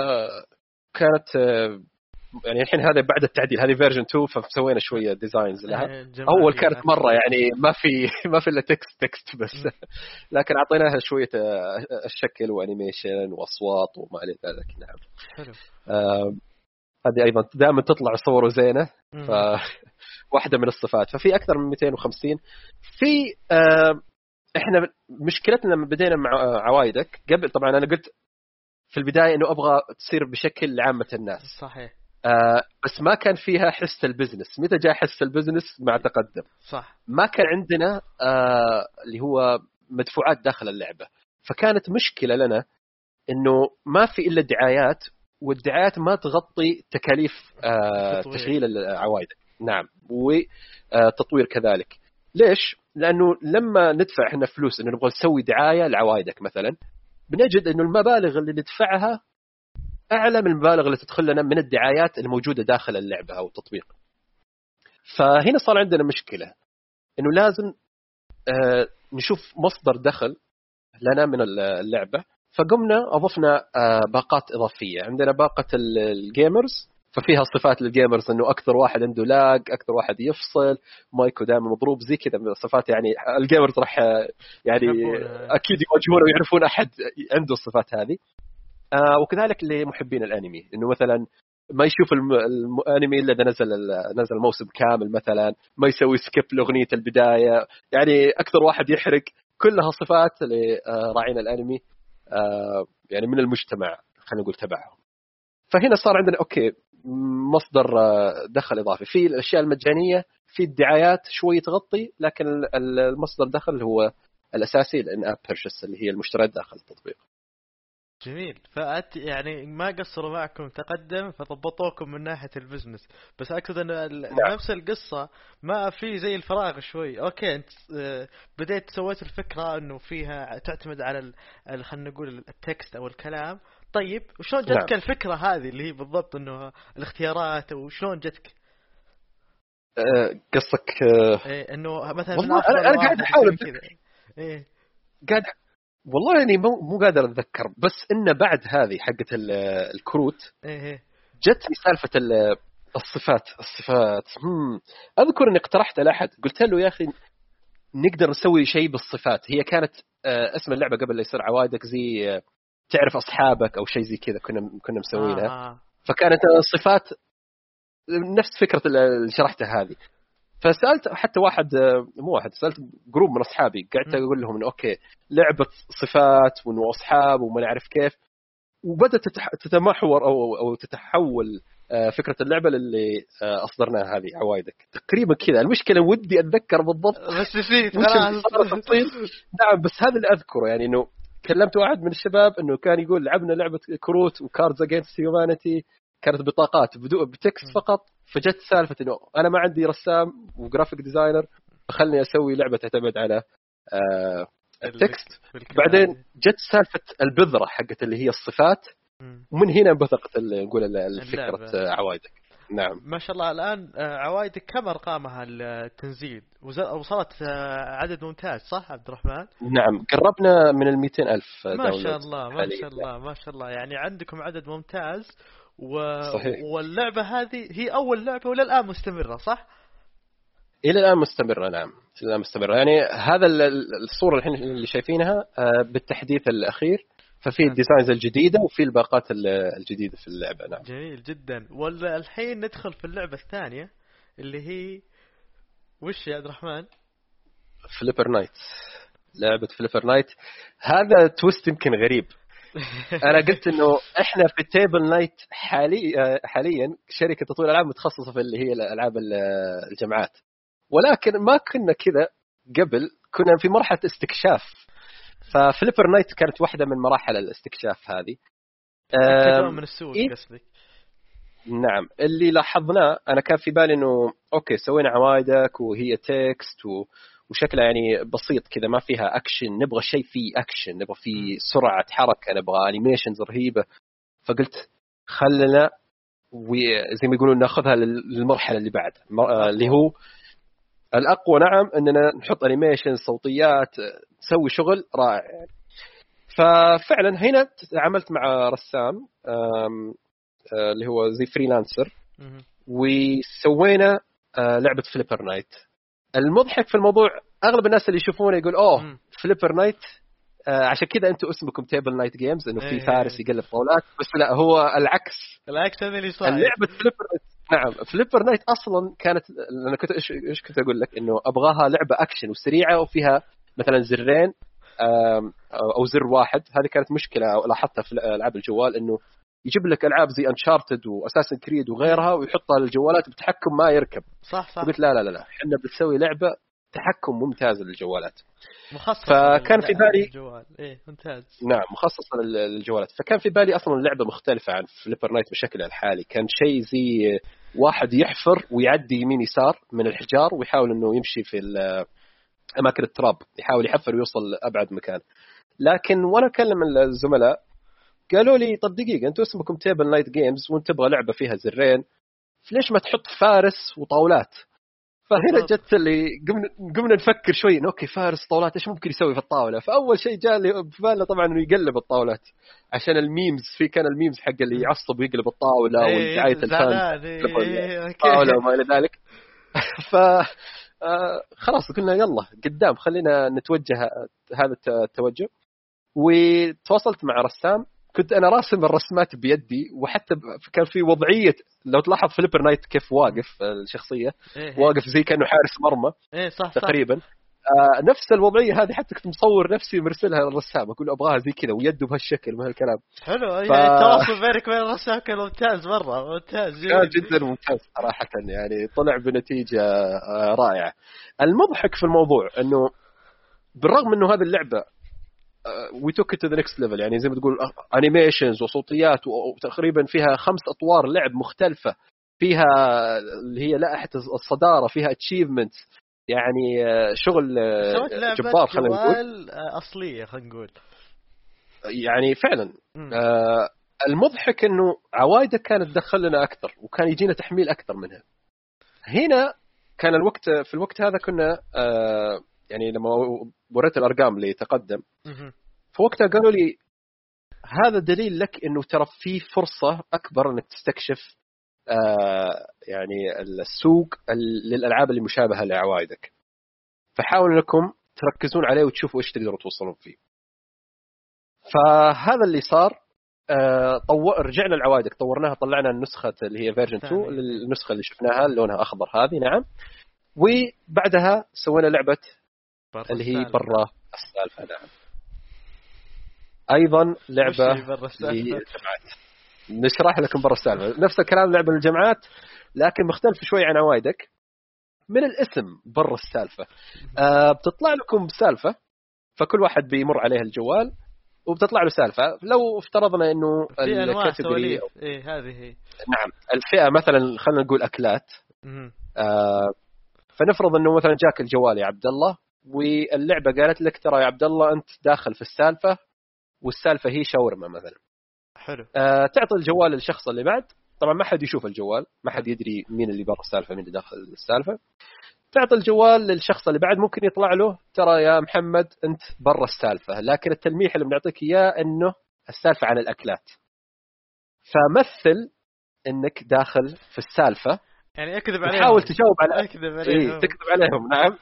كانت آه يعني الحين هذا بعد التعديل، هذه فيرجن اثنين فسوينا شويه ديزاينز لها. اول كانت مره يعني ما في ما في الا تكست تكست بس لكن اعطيناها شويه الشكل وانيميشن واصوات وما الى ذلك. نعم حلو. آه هذه ايضا دائما تطلع صور زينه، فواحده من الصفات. ففي اكثر من مئتين وخمسين. في آه احنا مشكلتنا لما بدينا مع عوايدك قبل، طبعا انا قلت في البدايه انه ابغى تصير بشكل لعامه الناس صحيح. آه بس ما كان فيها حس البزنس. متى جاء حس البزنس؟ مع تقدم. صح. ما كان عندنا آه اللي هو مدفوعات داخل اللعبة، فكانت مشكلة لنا انه ما في الا دعايات، والدعايات ما تغطي تكاليف آه تشغيل العوائد. نعم وتطوير كذلك. ليش؟ لانه لما ندفع احنا فلوس انه نبغى نسوي دعاية لعوائدك مثلا، بنجد انه المبالغ اللي ندفعها أعلى من المبالغ اللي تدخل لنا من الدعايات الموجودة داخل اللعبة أو التطبيق. فهنا صار عندنا مشكلة إنه لازم آه نشوف مصدر دخل لنا من اللعبة. فقمنا أضفنا آه باقات إضافية. عندنا باقة الجيمرز، ففيها صفات للجيمرز إنه أكثر واحد عنده لاج، أكثر واحد يفصل، مايكو دائما مضروب، زي كذا من الصفات. يعني الجيمرز راح يعني أكيد يواجهون ويعرفون أحد عنده الصفات هذه. آه وكذلك لمحبين الانمي انه مثلا ما يشوف الانمي الا اذا نزل نزل موسم كامل مثلا، ما يسوي سكيب لاغنيه البدايه، يعني اكثر واحد يحرق. كلها صفات لراعين الانمي آه يعني من المجتمع خلينا نقول تبعهم. فهنا صار عندنا اوكي مصدر دخل اضافي في الاشياء المجانيه، في الدعايات شويه تغطي، لكن المصدر دخل هو الاساسي الان اب بيرشيس اللي هي المشتريات داخل التطبيق. جميل. فأت يعني ما قصروا معكم تقدم فضبطوكم من ناحية البزنس. بس أقصد أن نفس القصة ما في زي الفراغ شوي. أوكي أنت بديت سويت الفكرة أنه فيها تعتمد على خلينا نقول التكست أو الكلام. طيب وشلون جتك نعم. الفكرة هذه اللي هي بالضبط أنه الاختيارات وشلون جتك؟ أه قصك أه إيه أنه مثلا من أفضل أنا, أنا قاعد أحاول كذا. إيه قاعد والله يعني مو مو قادر اتذكر، بس انه بعد هذه حقه الكروت جتني سالفه الصفات الصفات هم. اذكر اني اقترحت على احد قلت له يا اخي نقدر نسوي شيء بالصفات. هي كانت اسم اللعبه قبل لا يصير عوائدك زي تعرف اصحابك او شيء زي كذا كنا كنا مسوينها. آه. فكانت الصفات نفس فكره اللي شرحتها هذه. فسألت حتى واحد مو واحد سألت جروب من أصحابي، قعدت أقول لهم إنه أوكي لعبة صفات وإنه أصحاب وما نعرف كيف. وبدأت تتمحور أو أو تتحول فكرة اللعبة اللي أصدرناها هذه عوايدك تقريبا كذا. المشكلة ودي أتذكر بالضبط بس نسيت خلاص. نعم بس هذا اللي أذكره، يعني إنه كلمت واحد من الشباب إنه كان يقول لعبنا لعبة كروت وكاردز أجينست هيومانيتي، كانت بطاقات بدو بتكست فقط، فجت سالفة إنه أنا ما عندي رسام وجرافيك ديزاينر فخلني أسوي لعبة تعتمد على آه التكست. بعدين جت سالفة البذرة حقت اللي هي الصفات، ومن هنا انبثقت نقول الفكرة عوايدك. نعم ما شاء الله. الآن عوايدك كم أرقامها التنزيل؟ وصلت عدد ممتاز صح عبد الرحمن؟ نعم قربنا من المئتين ألف ما شاء الله ما شاء الله ما شاء الله. يعني عندكم عدد ممتاز و... صحيح. واللعبة هذه هي أول لعبة ولا الآن مستمرة صح؟ إلى الآن مستمرة. نعم إلى الآن مستمرة. يعني هذا الصورة الحين اللي شايفينها بالتحديث الأخير، ففي الديزاينز الجديدة وفي الباقات الجديدة في اللعبة. نعم جميل جدا. والحين ندخل في اللعبة الثانية اللي هي وش يا عبد الرحمن؟ فليبر نايت. لعبة فليبر نايت هذا تويست يمكن غريب. أنا قلت إنه إحنا في تيبل نايت حالي حاليا شركة تطوير الألعاب متخصصة في اللي هي الألعاب الجمعات، ولكن ما كنا كذا قبل، كنا في مرحلة استكشاف. ففليبر نايت كانت واحدة من مراحل الاستكشاف هذه من السوق إيه؟ قصدك؟ نعم. اللي لاحظناه أنا كان في بالي إنه أوكي سوينا عوايدك وهي تكست و... وشكلها يعني بسيط كذا ما فيها أكشن، نبغى شيء فيه أكشن، نبغى فيه سرعة حركة، نبغى أنيميشنز رهيبة. فقلت خلنا وزي ما يقولون ناخذها للمرحلة اللي بعد اللي هو الأقوى. نعم أننا نحط أنيميشن صوتيات نسوي شغل رائع يعني. ففعلا هنا تعاملت مع رسام اللي هو زي فريلانسر وسوينا لعبة فليبر نايت. المضحك في الموضوع أغلب الناس اللي يشوفونه يقول أوه فليبر نايت عشان كذا أنتوا اسمكم تيبل نايت جيمز إنه في فارس يقلب طاولات، بس لا هو العكس. العكس هذا اللي صار. اللعبة فليبر نايت نعم فليبر نايت أصلا كانت أنا كنت إيش إيش كنت أقول لك إنه أبغاها لعبة أكشن وسريعة وفيها مثلا زرين أو زر واحد. هذه كانت مشكلة لاحظتها في ألعاب الجوال إنه يجيب لك ألعاب زي أنشارتد وأساسن كريد وغيرها ويحطها للجوالات بتحكم ما يركب. صح صح. قلت لا لا لا لا إحنا بنسوي لعبة تحكم ممتاز للجوالات مخصص. فكان في بالي الجوال إيه ممتاز. نعم مخصصة للجوالات. فكان في بالي أصلا اللعبة مختلفة عن فليبر نايت بشكل الحالي. كان شيء زي واحد يحفر ويعدي يمين يسار من الحجار ويحاول إنه يمشي في أماكن التراب، يحاول يحفر ويوصل أبعد مكان. لكن وأنا أكلم الزملاء قالوا لي طب دقيقة أنتوا اسمكم تيبل نايت جيمز وأنت تبغى لعبة فيها زرين، ليش ما تحط فارس وطاولات؟ فهنا جت اللي قمنا قمنا نفكر شوي إنه أوكي فارس طاولات إيش ممكن يسوي في الطاولة. فأول شيء جاء لي في بالنا طبعا إنه يقلب الطاولات عشان الميمز. في كان الميمز حق اللي يعصب ويقلب الطاولة إيه ودعاية الفان إيه الطاولة وما إلى ذلك. ف خلاص قلنا يلا قدام خلينا نتوجه هذا التوجه. وتواصلت مع رسام كنت أنا راسم الرسمات بيدي، وحتى كان في وضعية لو تلاحظ فليبر نايت كيف واقف الشخصية إيه واقف زي كأنه حارس مرمى إيه صح تقريبا صح. آه نفس الوضعية هذه حتى كنت مصور نفسي مرسلها للرسام أقول أبغاها زي كذا ويده بهالشكل ما هالكلام. حلو ف... التواصل بينك وبين الرسام كان ممتاز مرة ممتاز كان جدا ممتاز صراحة يعني طلع بنتيجة آه رائعة. المضحك في الموضوع أنه بالرغم أنه هذه اللعبة we took it to the next level يعني زي ما تقول animations وصوتيات وتقريبا فيها خمس أطوار لعب مختلفة، فيها اللي هي لائحة الصدارة، فيها achievements يعني شغل جبار خلينا نقول أصلية خلينا نقول يعني فعلا. آه المضحك إنه عوايدة كانت تدخل لنا أكثر وكان يجينا تحميل أكثر منها. هنا كان الوقت في الوقت هذا كنا آه يعني لما وريت الأرقام اللي تقدم في وقتها قالوا لي هذا دليل لك إنه ترى في فرصة أكبر إنك تستكشف آه يعني السوق للألعاب اللي مشابهة لعوايدك، فحاولوا لكم تركزون عليه وتشوفوا إيش تقدروا توصلون فيه. فهذا اللي صار. آه طور رجعنا لعوايدك طورناها طلعنا النسخة اللي هي فيرجن اثنين النسخة اللي شفناها لونها أخضر هذه. نعم. وبعدها سوينا لعبة اللي هي برا السالفة. نعم. ايضا لعبه للجامعات. نشرح لكم برا السالفه. نفس الكلام لعبه للجامعات لكن مختلف شوي عن عوايدك من الاسم برا السالفه. آه بتطلع لكم سالفه فكل واحد بيمر عليه الجوال وبتطلع له سالفه. لو افترضنا انه في انواع سواليف ايه هذه هي. نعم الفئه مثلا خلينا نقول اكلات. آه فنفرض انه مثلا جاك الجوال يا عبد الله واللعبه قالت لك ترى يا عبد الله انت داخل في السالفه والسالفه هي شاورما مثلا. حلو. آه تعطي الجوال للشخص اللي بعد. طبعا ما حد يشوف الجوال ما حد يدري مين اللي برا السالفه مين اللي داخل السالفه. تعطي الجوال للشخص اللي بعد ممكن يطلع له ترى يا محمد انت برا السالفه لكن التلميح اللي بنعطيك اياه انه السالفه عن الاكلات. فمثل انك داخل في السالفه يعني اكذب عليهم تحاول تجاوب على اكذب عليهم إيه تكذب عليهم. نعم.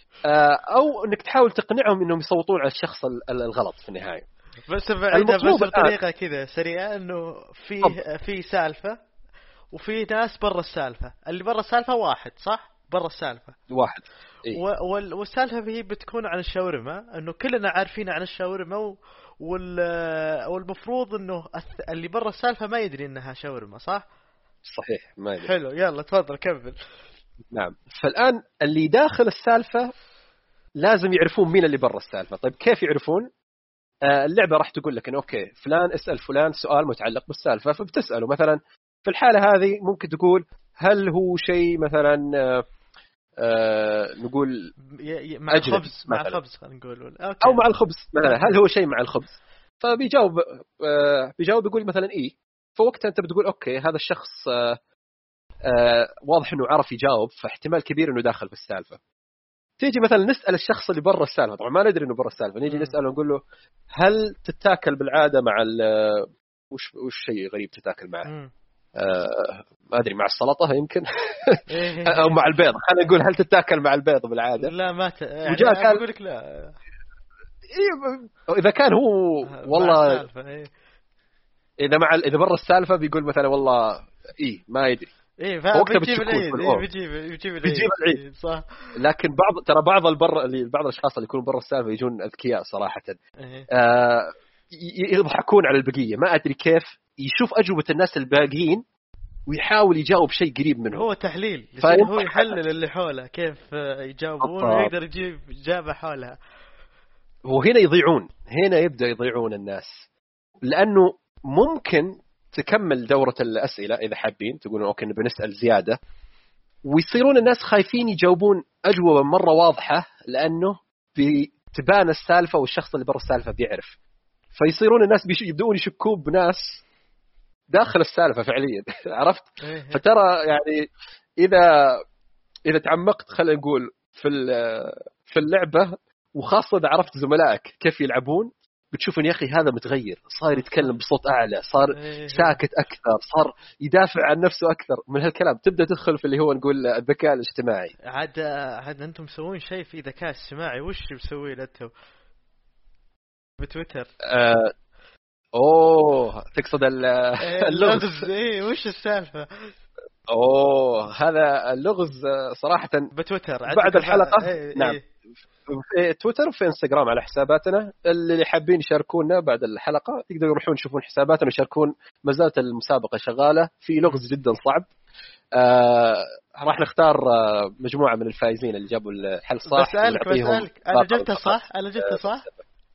او انك تحاول تقنعهم انهم يصوتون على الشخص الغلط في النهايه. بس بعيدها بس بطريقه كذا سريعه انه في في سالفه وفي ناس برا السالفه. اللي برا السالفه واحد صح برا السالفه واحد. إيه؟ والسالفه هي بتكون عن الشاورما انه كلنا عارفين عن الشاورما وال والمفروض انه اللي برا السالفه ما يدري انها شاورما صح. صحيح ما يدري. حلو يلا تفضل كمل. نعم فالان اللي داخل السالفه لازم يعرفون مين اللي برا السالفه. طيب كيف يعرفون؟ آه اللعبه راح تقول لك انه اوكي فلان اسال فلان سؤال متعلق بالسالفه فبتساله مثلا في الحاله هذه ممكن تقول هل هو شيء مثلا آه آه نقول مع الخبز مع الخبز خلينا نقول او مع الخبز مثلا هل هو شيء مع الخبز فبيجاوب آه بيجاوب يقول مثلا ايه. فوقتها انت بتقول اوكي هذا الشخص آه آه واضح انه عرف يجاوب فاحتمال كبير انه داخل في السالفه. تيجي مثلا نسال الشخص اللي برا السالفه طبعا ما ندري انه برا السالفه نيجي نساله نقول له هل تتاكل بالعاده مع وش وش شيء غريب تتاكل معه آه ما ادري مع السلطه يمكن او مع البيض. خلينا نقول هل تتاكل مع البيض بالعاده؟ لا ما ت... يعني اقول لك لا. إيه اذا كان هو والله إيه. اذا مع اذا برا السالفه بيقول مثلا والله ايه ما يدري ايه فبيجيب العيد إيه بيجيب بيجيب بيجيب العيد صح. لكن بعض ترى بعض البر اللي بعض الاشخاص اللي يكونوا برا السالفه يجون اذكياء صراحه. إيه. آه يضحكون على البقيه ما ادري كيف يشوف اجوبه الناس الباقيين ويحاول يجاوب شيء قريب منه. هو تحليل هو يحلل اللي حوله كيف يجاوبون ويقدر يجيب اجابه حولها. وهنا يضيعون هنا يبدا يضيعون الناس لانه ممكن تكمل دورة الأسئلة إذا حابين تقولون أوكي بنسأل زيادة ويصيرون الناس خايفين يجاوبون أجوبة مرة واضحة لأنه بتبان السالفة والشخص اللي برا السالفة بيعرف فيصيرون الناس يبدؤون يشكون بناس داخل السالفة فعليا. عرفت؟ فترى يعني إذا إذا تعمقت خلينا نقول في في اللعبة وخاصة إذا عرفت زملائك كيف يلعبون بتشوف إن يا أخي هذا متغير صار يتكلم بصوت أعلى صار ساكت أكثر صار يدافع عن نفسه أكثر من هالكلام. تبدأ تدخل في اللي هو نقول الذكاء الاجتماعي. عاد عاد أنتم مسوين شيء في ذكاء اجتماعي وش مسوين أنتم بتويتر؟ آه أوه تقصد اللغز إيه وش السالفة؟ أوه هذا اللغز صراحة بتويتر بعد الحلقة. إيه نعم إيه. في تويتر وفي انستغرام على حساباتنا. اللي حابين يشاركونا بعد الحلقة يقدروا يروحون يشوفون حساباتنا ويشاركون. ما زالت المسابقة شغالة في لغز جدا صعب. آه راح نختار آه مجموعة من الفائزين اللي جابوا الحل صح. بسألك بسألك أنا جبته صح أنا جبته صح.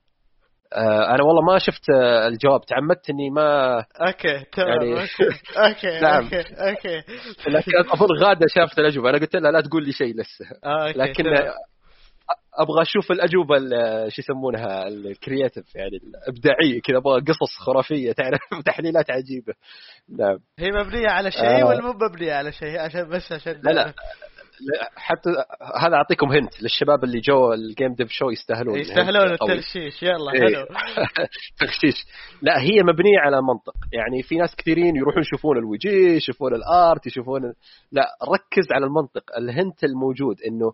آه أنا والله ما شفت آه الجواب تعمدت إني ما أوكي تمام يعني أوكي أوكي نعم. أوكي أوكي لكن أظن غادة شافت الأجوبة. أنا قلت لها لا تقول لي شيء لسه آه لكن تمام. ابغى اشوف الاجوبه شو يسمونها الكرياتيف يعني الابداعيه كذا. ابغى قصص خرافيه تعرف تحليلات عجيبه. نعم هي مبنيه على شيء آه. ولا مو مبنيه على شيء عشان بس عشان لا لا حتى هذا اعطيكم هنت للشباب اللي جو الجيم ديف شو يستاهلون يستاهلون التغشيش. يلا حلو تغشيش. لا هي مبنيه على منطق يعني في ناس كثيرين يروحون يشوفون الوجيه يشوفون الارت يشوفون لا ركز على المنطق. الهنت الموجود انه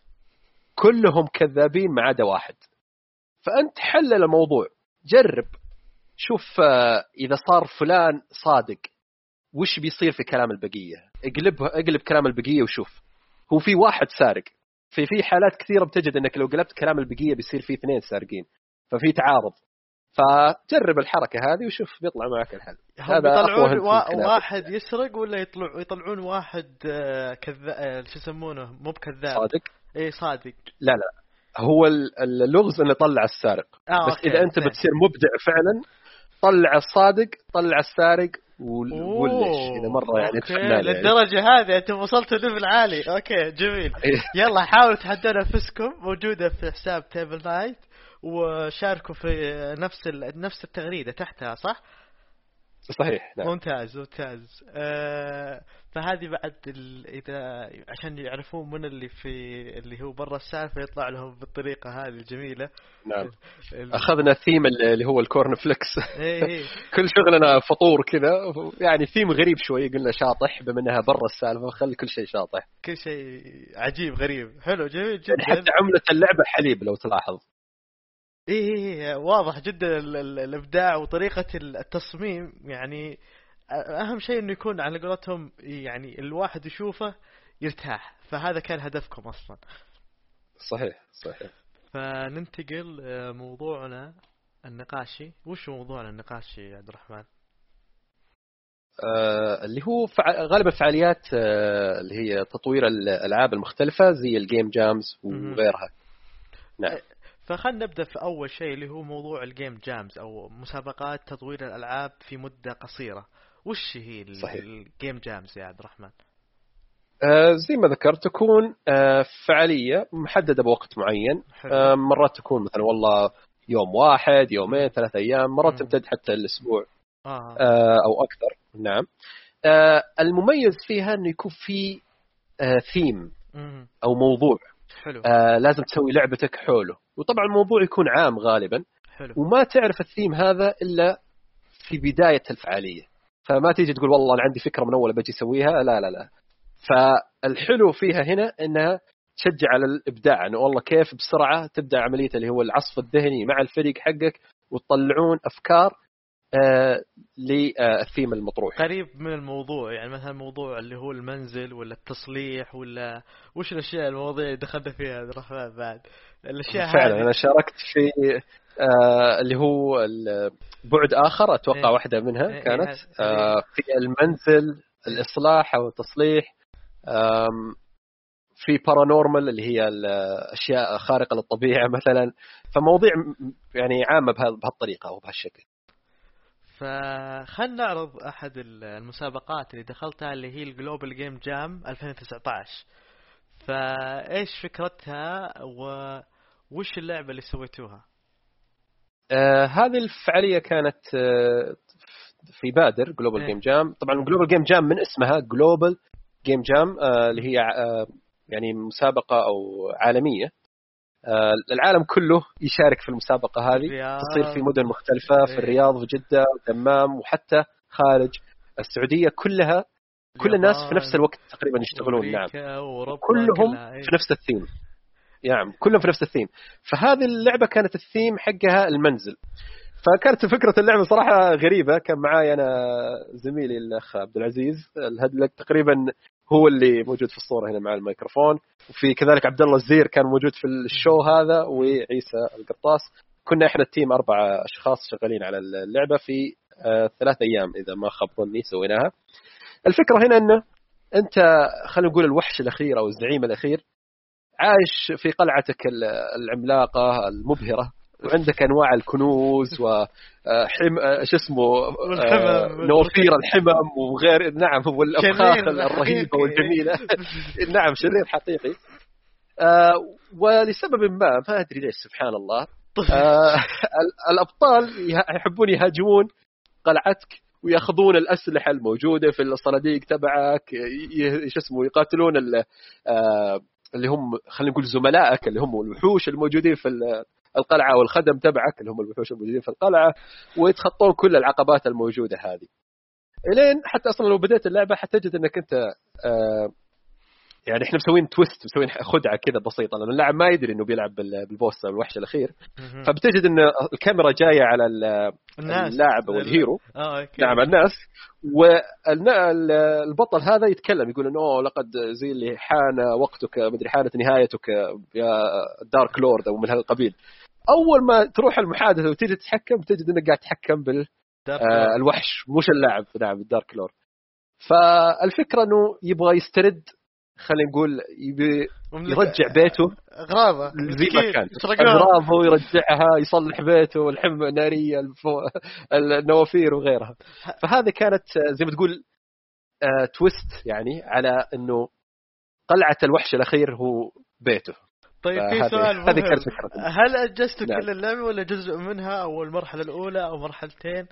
كلهم كذابين ما عدا واحد. فأنت حلل الموضوع جرب شوف إذا صار فلان صادق وش بيصير في كلام البقية. اقلب اقلب كلام البقية وشوف هو في واحد سارق. في في حالات كثيرة بتجد أنك لو قلبت كلام البقية بيصير في اثنين سارقين ففي تعارض. فجرب الحركة هذه وشوف بيطلع معك الحل. هذا يطلعون وا... واحد يسرق ولا يطلع يطلعون واحد كذاب شو يسمونه مو بكذاب صادق. اي صادق. لا لا هو اللغز اللي طلع السارق. آه بس أوكي. إذا أنت بتصير مبدع فعلا طلع الصادق طلع السارق وقول ليش إذا مرة يعني تفنان للدرجة يعني. هذه أنت وصلت ليفل عالي. أوكي جميل. يلا حاولوا تحدون نفسكم موجودة في حساب تيبل نايت وشاركوا في نفس نفس التغريدة تحتها صح؟ صحيح نعم. ممتاز ممتاز. آه فهذه بعد إذا عشان يعرفون من اللي في اللي هو برا السالفة يطلع لهم بالطريقة هذه الجميلة. نعم. أخذنا ثيم اللي هو الكورن فليكس. إيه. كل شغلنا فطور كذا يعني ثيم غريب شوي قلنا شاطح بما أنها برا السالفة خلي كل شيء شاطح. كل شيء عجيب غريب حلو جميل جدا. يعني حتى عملة اللعبة حليب لو تلاحظ. إيه واضح جدا الإبداع وطريقة التصميم يعني أهم شيء إنه يكون على قولتهم يعني الواحد يشوفه يرتاح فهذا كان هدفكم أصلا. صحيح صحيح. فننتقل موضوعنا النقاشي. وش موضوعنا النقاشي يا عبد الرحمن؟ آه اللي هو فع... غالبا فعاليات آه اللي هي تطوير الألعاب المختلفة زي الجيم جامز وغيرها. نعم. فخلنا نبدأ في أول شيء اللي هو موضوع الجيم جامز أو مسابقات تطوير الألعاب في مدة قصيرة. وش هي الجيم جامز يا عبد الرحمن؟ آه زي ما ذكرت تكون آه فعالية محددة بوقت معين. آه مرات تكون مثلا والله يوم واحد يومين ثلاثة أيام مرات تمتد حتى الأسبوع آه. آه أو أكثر. نعم. آه المميز فيها أنه يكون في آه ثيم أو موضوع. حلو. آه لازم تسوي لعبتك حوله وطبعا الموضوع يكون عام غالبا. حلو. وما تعرف الثيم هذا إلا في بداية الفعالية فما تيجي تقول والله أنا عندي فكرة من أول بجي أسويها لا لا لا. فالحلو فيها هنا أنها تشجع على الإبداع أنه والله كيف بسرعة تبدأ عملية اللي هو العصف الذهني مع الفريق حقك وتطلعون أفكار آه للثيم المطروح قريب من الموضوع. يعني مثلا موضوع اللي هو المنزل ولا التصليح ولا وش الأشياء المواضيع اللي دخلنا فيها عبد الرحمن بعد الأشياء فعلا هذه. أنا شاركت في آه اللي هو بعد آخر أتوقع إيه. واحدة منها إيه. كانت إيه. آه في المنزل الإصلاح أو التصليح. في بارانورمال اللي هي الأشياء خارقة للطبيعة مثلا. فمواضيع يعني عامة بهالطريقة وبهالشكل. فخلنا نعرض أحد المسابقات اللي دخلتها اللي هي الجلوبال جيم جام ألفين وتسعة عشر. فإيش فكرتها ووش اللعبة اللي سويتوها؟ آه هذه الفعالية كانت آه في بادر جلوبال جيم جام. طبعا جلوبال جيم جام من اسمها جلوبال جيم جام آه اللي هي آه يعني مسابقة أو عالمية. آه العالم كله يشارك في المسابقة هذه. تصير في مدن مختلفة في الرياض وجدة ودمام وحتى خارج السعودية كلها. كل الناس في نفس الوقت تقريبا يشتغلون. نعم كلهم في نفس الثيم. نعم كلهم في نفس الثيم. فهذه اللعبة كانت الثيم حقها المنزل. فكانت فكرة اللعبة صراحة غريبة. كان معاي أنا زميلي الأخ عبد العزيز الهدلك تقريبا هو اللي موجود في الصورة هنا مع الميكروفون. وفي كذلك عبد الله الزير كان موجود في الشو هذا وعيسى القرطاس. كنا إحنا التيم أربعة أشخاص شغالين على اللعبة في آه ثلاث أيام إذا ما خاب ظني سويناها. الفكرة هنا أنه أنت خلينا نقول الوحش الأخير أو الزعيم الأخير عايش في قلعتك العملاقة المبهرة وعندك أنواع الكنوز وحم شو اسمه نوافير الحمم وغير. نعم والأفخاخ الرهيبة والجميلة. نعم شرير حقيقي. آه ولسبب ما ما أدري ليش سبحان الله آه الأبطال يحبون يهاجمون قلعتك ويأخذون الأسلحة الموجودة في الصناديق تبعك ايش اسمه يقاتلون آه اللي هم خلينا نقول زملائك اللي هم الوحوش الموجودين في القلعة والخدم تبعك اللي هم الوحوش الموجودين في القلعة ويتخطون كل العقبات الموجودة هذه. إلين حتى أصلا لو بدأت اللعبة حتجد أنك أنت آه يعني إحنا مسوين تويست مسوين خدعة كذا بسيطة لأن اللاعب ما يدري إنه بيلعب بالبوس الوحش الأخير. فبتجد إن الكاميرا جاية على اللاعب والهيرو. آه نعم الناس. والبطل هذا يتكلم يقول إنه لقد زي اللي حان وقتك مدري حانت نهايتك يا دارك لورد أو من هالقبيل. اول ما تروح المحادثه وتيجي تتحكم تجد انك قاعد تتحكم بال آه الوحش مش اللاعب. نعم الدارك لورد. فالفكره انه يبغى يسترد خلينا نقول يبي يرجع بيته اغراضه زي ما كان اغراضه ويرجعها يصلح بيته والحمى الناريه الفو... النوافير وغيرها. فهذه كانت زي ما تقول آه تويست يعني على انه قلعه الوحش الاخير هو بيته. طيب في سؤال مهم. هذه كانت فكرة. هل أجزت نعم. كل اللعبة ولا جزء منها أو المرحلة الأولى أو مرحلتين؟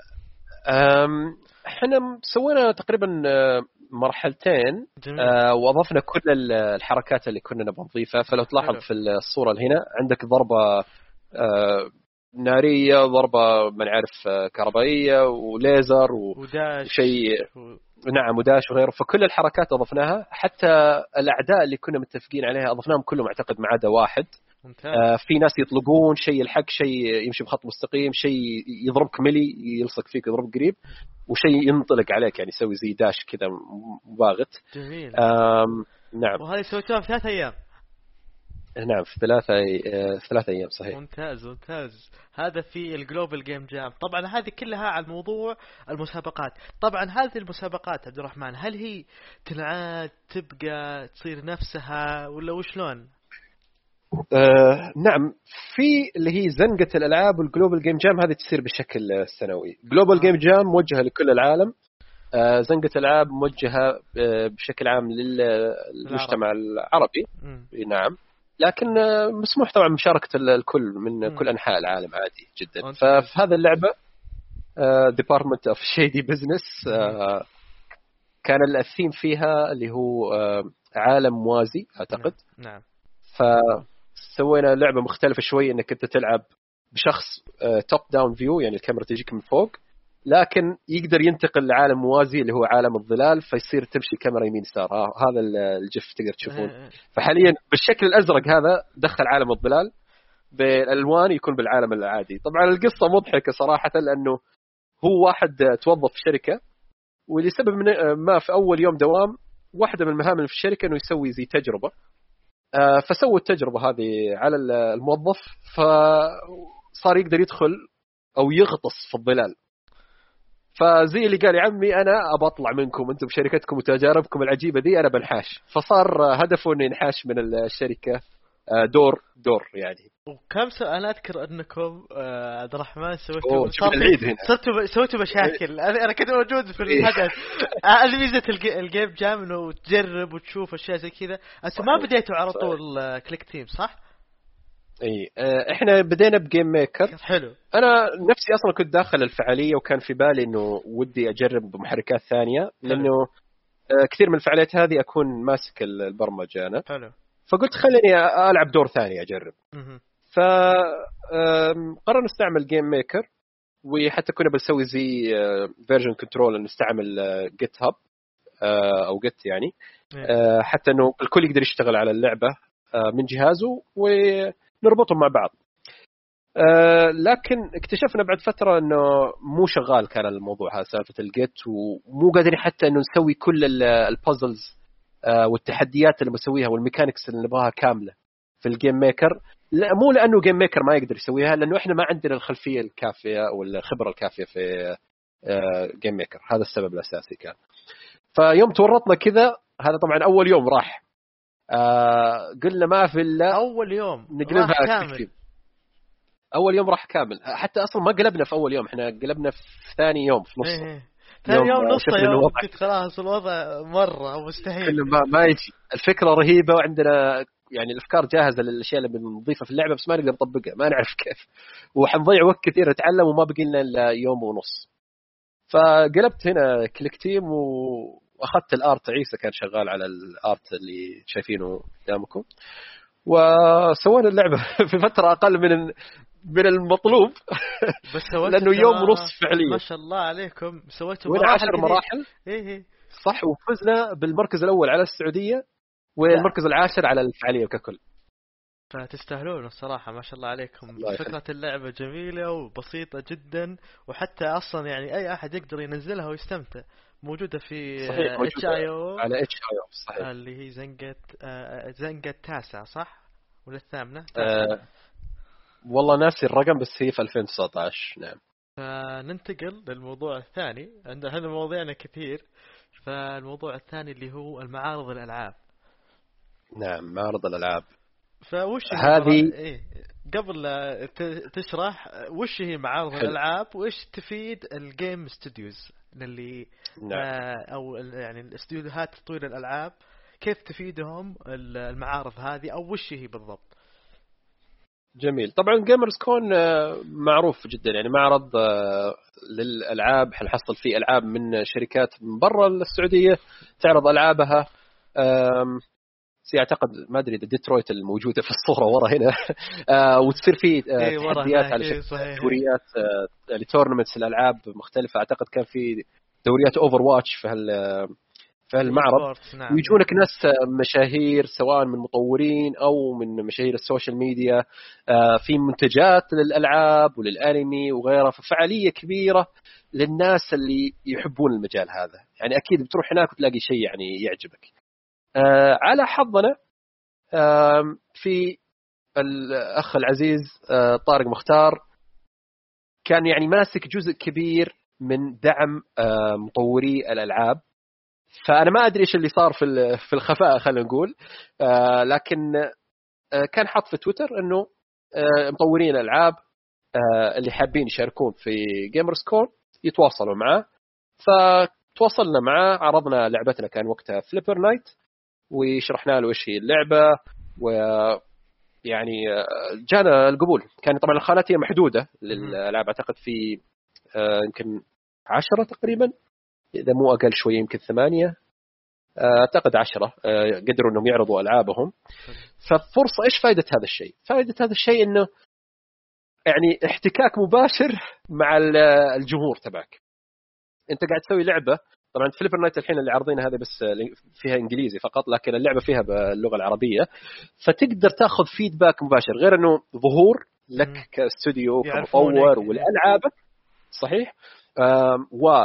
أم احنا سوينا تقريبا مرحلتين أه وأضفنا كل الحركات اللي كنا نبغى نضيفها. فلو تلاحظ في الصورة هنا عندك ضربة أه نارية ضربة ما نعرف كهربائية وليزر وشيء نعم وداش وغيره. فكل الحركات أضفناها حتى الأعداء اللي كنا متفقين عليها أضفناهم كلهم أعتقد ما عدا واحد. آه في ناس يطلقون شيء الحق شيء يمشي بخط مستقيم شيء يضربك ملي يلصق فيك يضربك قريب وشيء ينطلق عليك يعني يسوي زي داش كذا مباغت. جميل. نعم وهذه سويتوها في ثلاثة أيام. نعم في ثلاثة آه ثلاثة أيام صحيح. ممتاز ممتاز. هذا في الجلوبال جيم جام. طبعا هذه كلها على الموضوع المسابقات. طبعا هذه المسابقات عبد الرحمن هل هي تنعاد تبقى تصير نفسها ولا وشلون؟ آه نعم في اللي هي زنقة الألعاب والجلوبال جيم جام هذه تصير بشكل سنوي. جلوبال جيم جام موجهة لكل العالم. آه زنقة الألعاب موجهة بشكل عام للمجتمع العربي. م. نعم لكن مسموح طبعا مشاركة الكل من م. كل أنحاء العالم عادي جدا. ففي هذا اللعبة Department of Shady Business آه كان الثيم فيها اللي هو آه عالم موازي أعتقد. نعم. فسوينا لعبة مختلفة شوي انك انت تلعب بشخص توب داون فيو يعني الكاميرا تجيك من فوق لكن يقدر ينتقل لعالم موازي اللي هو عالم الظلال فيصير تمشي الكاميرا يمين يسار. هذا الجف تقدر تشوفون. فحاليا بالشكل الازرق هذا دخل عالم الظلال بالالوان يكون بالعالم العادي. طبعا القصة مضحكة صراحة لانه هو واحد توظف في شركة ولسبب ما في اول يوم دوام واحدة من المهام في الشركة انه يسوي زي تجربة. فسووا التجربة هذه على الموظف فصار يقدر يدخل أو يغطس في الظلال. فزي اللي قال يا عمي أنا أبى أطلع منكم أنتم بشركتكم وتجاربكم العجيبة دي أنا بنحاش. فصار هدفه أنه ينحاش من الشركة دور دور يعني. وكم سو أنا أذكر أنكم عبد الرحمن سويتوا صرتوا سويتوا مشاكل. أنا كنت موجود في الحدث. هذه ميزة الجيم جام إنه تجرب وتشوف أشياء زي كذا. أنتم ما بديتوا على طول كليك تيم صح؟ اي احنا بدينا بجيم ميكر. حلو. انا نفسي اصلا كنت داخل الفعاليه وكان في بالي انه ودي اجرب بمحركات ثانيه لانه كثير من الفعاليات هذه اكون ماسك البرمجه انا. حلو. فقلت خليني ألعب دور ثاني أجرب. فقررنا نستعمل جيم ميكر وحتى كنا بنسوي زي فيرجن كنترول نستعمل جيت هاب أو جيت يعني حتى إنه الكل يقدر يشتغل على اللعبة من جهازه ونربطهم مع بعض. لكن اكتشفنا بعد فترة إنه مو شغال كان الموضوع هذا سالفة الجيت ومو قادرين حتى إنه نسوي كل البازلز والتحديات اللي بسويها والميكانيكس اللي نبغاها كاملة في الجيم ميكر. لا مو لأنه جيم ميكر ما يقدر يسويها لأنه إحنا ما عندنا الخلفية الكافية والخبرة الكافية في جيم ميكر. هذا السبب الأساسي كان. فيوم تورطنا كذا هذا طبعا أول يوم راح قلنا ما في إلا أول يوم نقلبها كامل. أول يوم راح كامل حتى أصلا ما قلبنا في أول يوم إحنا قلبنا في ثاني يوم في نص إيه. ثاني يوم نص يوم كنت خلاص الوضع مرة مستحيل ما, ما يجي. الفكرة رهيبة وعندنا يعني الأفكار جاهزة للأشياء اللي بنضيفها في اللعبة بس ما نقدر نطبقها ما نعرف كيف وحنضيع وقت كثير نتعلم وما بقي لنا إلا يوم ونص. فقلبت هنا كليك تيم وأخذت الآرت. عيسى كان شغال على الآرت اللي شايفينه قدامكم وسوينا اللعبة في فترة أقل من من المطلوب بس لأنه يوم ونص فعليا. ما شاء الله عليكم سويتوا مراحل عشر مراحل. إيه إيه. صح وفزنا بالمركز الأول على السعودية والمركز العاشر على الفعالية ككل. فتستاهلون الصراحة ما شاء الله عليكم. فكرة اللعبة جميلة وبسيطة جدا وحتى أصلا يعني أي أحد يقدر ينزلها ويستمتع. موجودة في اتش اي او على اتش اي او صحيح اللي هي زنقة آه زنقة تاسع صح ولا الثامنة؟ آه والله ناسي الرقم بس هي في ألفين وتسعة عشر. نعم. فننتقل للموضوع الثاني، عند هذا مواضيعنا كثير. فالموضوع الثاني اللي هو المعارض الألعاب. نعم معرض الألعاب. فوش هذه إيه قبل لا تشرح وش هي معارض حلو. الألعاب وإيش تفيد الجيم ستوديوز للي نعم. أو يعني الاستديوهات تطوير الألعاب، كيف تفيدهم المعارض هذه أو وش هي بالضبط؟ جميل. طبعا جيمرز كون معروف جدا، يعني معرض للألعاب حنحصل فيه ألعاب من شركات من برا السعودية تعرض ألعابها. اعتقد ما ادري اذا ديترويت الموجوده في الصوره ورا هنا وتصير في تحديات على شكل دوريات لتورنمنتس الالعاب مختلفه. اعتقد كان في دوريات اوفر واتش في هال في المعرض. نعم. ويجونك ناس مشاهير سواء من مطورين او من مشاهير السوشيال ميديا في منتجات للالعاب وللانمي وغيرها. ففعاليه كبيره للناس اللي يحبون المجال هذا، يعني اكيد بتروح هناك وتلاقي شيء يعني يعجبك. آه على حظنا آه في الأخ العزيز آه طارق مختار كان يعني ماسك جزء كبير من دعم آه مطوري الألعاب. فأنا ما أدري إيش اللي صار في في الخفاء خلينا نقول، آه لكن آه كان حط في تويتر إنه آه مطورين الألعاب آه اللي حابين يشاركون في جيمرز كون يتواصلوا معه. فتواصلنا معه، عرضنا لعبتنا كان وقتها فليبر نايت وشرحنا له ايش هي اللعبه، ويعني جانا القبول. كان طبعا الخانات هي محدوده للالعاب، اعتقد في يمكن عشرة تقريبا اذا مو اقل شوي، يمكن ثمانية، اعتقد عشرة قدروا انهم يعرضوا العابهم. ففرصه ايش فائده هذا الشيء؟ فائده هذا الشيء انه يعني احتكاك مباشر مع الجمهور تبعك. انت قاعد تسوي لعبه، طبعا فليبر نايت الحين اللي عارضينها هذه بس فيها انجليزي فقط، لكن اللعبه فيها باللغه العربيه، فتقدر تاخذ فيدباك مباشر، غير انه ظهور لك كاستوديو كمطور والالعابك صحيح. و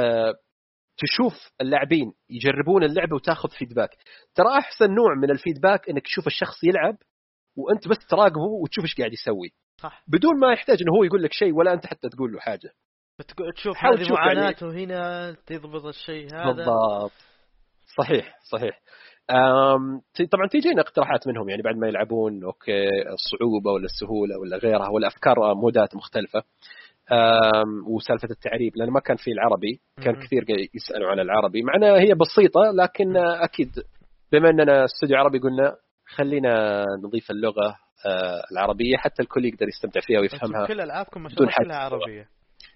تشوف اللاعبين يجربون اللعبه وتاخذ فيدباك. ترى احسن نوع من الفيدباك انك تشوف الشخص يلعب وانت بس تراقبه وتشوف ايش قاعد يسوي، صح. بدون ما يحتاج انه هو يقول لك شيء ولا انت حتى تقول له حاجه. تشوف هذه معاناته يعني هنا تضبط الشيء هذا بالضبط. صحيح صحيح. أم... طبعا تيجينا اقتراحات منهم يعني بعد ما يلعبون، اوكي الصعوبه ولا السهوله ولا غيرها ولا افكار مودات مختلفه. أم... وسالفه التعريب لان ما كان في العربي، كان كثير يسالوا عن العربي، معناها هي بسيطه لكن اكيد بما اننا استوديو عربي قلنا خلينا نضيف اللغه العربيه حتى الكل يقدر يستمتع فيها ويفهمها. كل العابكم ما شاء الله كلها عربيه.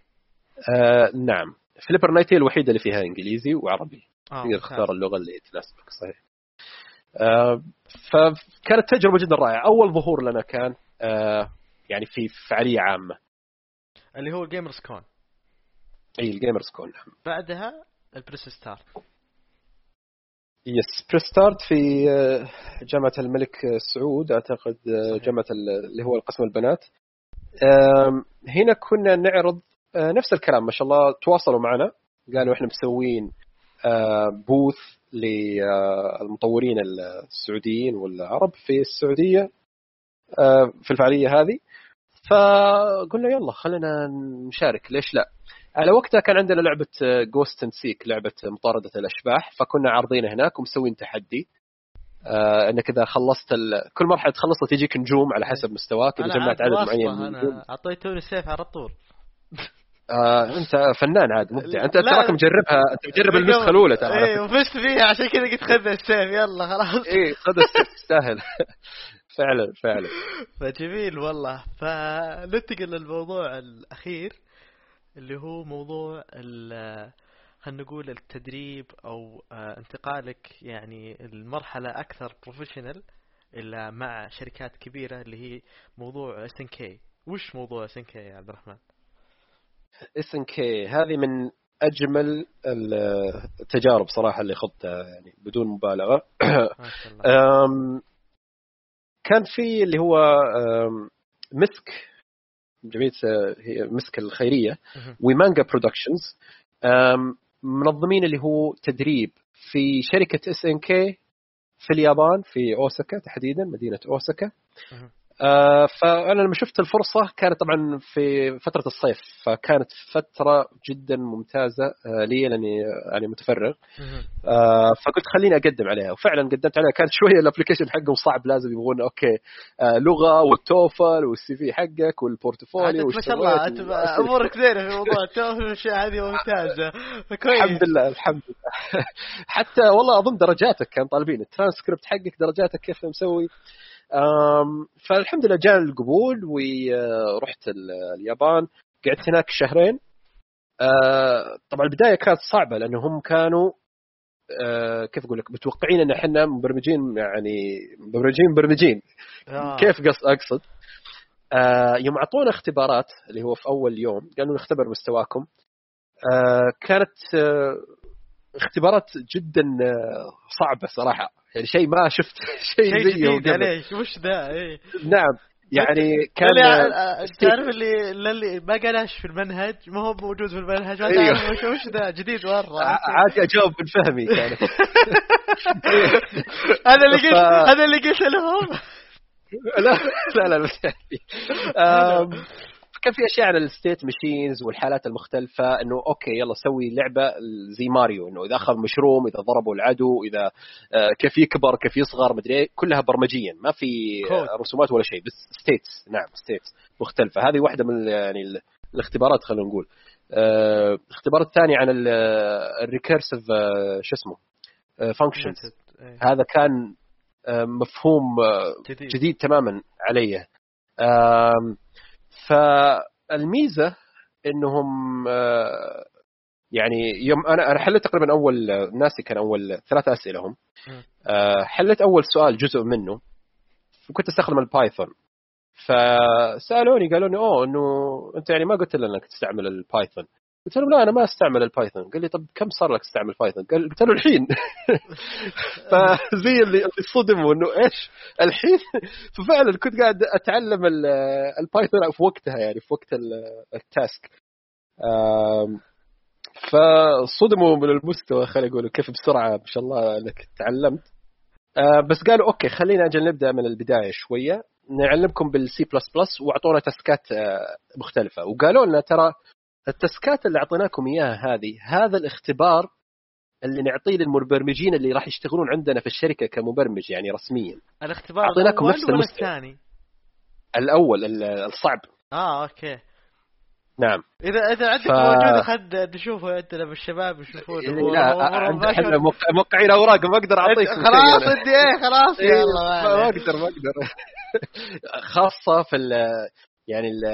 آه نعم. فليبر نايت هي الوحيدة اللي فيها إنجليزي وعربي، تقدر تختار اللغة اللي تناسبك صحيح. آه فكانت تجربة جدا رائعة. أول ظهور لنا كان آه يعني في فعالية عامة اللي هو الجيمرز كون. أي الجيمرز كون. بعدها البريس ستارت. يس بريس ستارت في جامعة الملك سعود أعتقد، جامعة اللي هو القسم البنات. آه هنا كنا نعرض نفس الكلام ما شاء الله. تواصلوا معنا قالوا احنا مسوين بوث للمطورين السعوديين والعرب في السعودية في الفعالية هذه. فقلنا يلا خلينا نشارك، ليش لا. على وقتها كان عندنا لعبة Ghost and Seek، لعبة مطاردة الأشباح، فكنا عارضينها هناك ومسوين تحدي انك اذا خلصت ال... كل مرحله تخلصها تجيك نجوم على حسب مستواك. اذا جمعت عدد معين من النجوم اعطيتوني السيف على طول. آه انت فنان عاد مبدع. انت تراك مجربها، انت مجرب النسخه الاولى ترى. ايه وفزت فيها عشان كذا قلت خذ السيف يلا خلاص. ايه خذ السيف تستاهل. فعلا فعلا. فجميل والله. فننتقل للموضوع الاخير اللي هو موضوع خلينا نقول التدريب او انتقالك يعني المرحله اكثر بروفيشنال الا مع شركات كبيره اللي هي موضوع اس ان كي. وش موضوع اس ان كي يا عبد الرحمن؟ اس ان كي هذه من اجمل التجارب صراحه اللي خضتها يعني بدون مبالغه. ما شاء الله. كان في اللي هو مسك جمعيه هي مسك الخيريه ومانجا برودكشنز، منظمين اللي هو تدريب في شركه اس ان كي في اليابان في اوساكا تحديدا، مدينه اوساكا. آه فانا لما شفت الفرصه كانت طبعا في فتره الصيف، فكانت فتره جدا ممتازه آه لي لاني يعني متفرغ. آه فقلت خليني اقدم عليها، وفعلا قدمت عليها. كانت شويه الابلكيشن حقهم صعب، لازم يبغون اوكي آه لغه والتوفل والسي في حقك والبورتفوليو ما شاء الله انت امورك زينه في موضوع التوفل والاشياء هذه ممتازه. الحمد لله الحمد لله. حتى والله اظن درجاتك كان طالبين الترانسكريبت حقك درجاتك كيف مسوي. فالحمد لله جاء القبول ورحت اليابان، قعدت هناك شهرين. طبعا البدايه كانت صعبه لانهم كانوا كيف اقول لك متوقعين ان احنا مبرمجين، يعني مبرمجين مبرمجين كيف قص اقصد يوم اعطونا اختبارات اللي هو في اول يوم قالوا نختبر مستواكم. كانت اختبارات جدا صعبه صراحه، يعني شيء ما شفت شيء زيه قبل. ليش وش ذا ايه نعم يعني كان تعرف اللي اللي ما قالش في المنهج، ما هو موجود في المنهج، ما تعرف وش وش ذا جديد مره. عادي اجاوب بالفهمي كان. هذا اللي قلت هذا اللي قلت لهم. لا لا لا بس يعني كان في اشياء على الستيت ماشينز والحالات المختلفه، انه اوكي يلا سوي لعبه زي ماريو، انه اذا اخذ مشروم، اذا ضربوا العدو، اذا كيف يكبر كيف يصغر مدري، كلها برمجيا ما في رسومات ولا شيء، بس ستيتس. نعم ستيتس مختلفه. هذه واحده من يعني الاختبارات خلينا نقول. الاختبار الثاني عن الريكيرسيف شو اسمه فانكشنز، هذا كان مفهوم جديد, جديد تماما علي. فالميزة إنهم يعني يوم أنا أنا حلت تقريبا أول ناسي كان أول ثلاثة أسئلة هم حلت أول سؤال جزء منه وكنت أستخدم البايثون. فسألوني قالوا لي أوه إنه أنت يعني ما قلت لنا إنك تستعمل البايثون. قلت لهم لا أنا ما أستعمل البايثون. قال لي طب كم صار لك تستعمل بايثون؟ قال قلت له الحين. فزي اللي صدموا إنه إيش الحين. ففعلا كنت قاعد أتعلم البايثون في وقتها، يعني في وقت التاسك. فصدموا من المستوى، خلينا نقول كيف بسرعة ما شاء الله إنك تعلمت. بس قالوا أوكي خلينا أجل نبدأ من البداية شوية، نعلمكم بالسي بلس بلس، وأعطونا تاسكات مختلفة وقالوا لنا ترى التسكات اللي أعطيناكم إياها هذه هذا الاختبار اللي نعطيه للمبرمجين اللي راح يشتغلون عندنا في الشركة كمبرمج يعني رسميا. الاختبار الأول ولا الثاني؟ الأول الصعب. آه أوكي نعم. إذا إذا عندك ف... موجود خد نشوفه عندنا بالشباب يشوفون. لا عندنا موقعين أوراق ما أقدر أعطيك. خلاص أدي إيه خلاص يلا ما أقدر ما أقدر. خاصة في ال يعني ال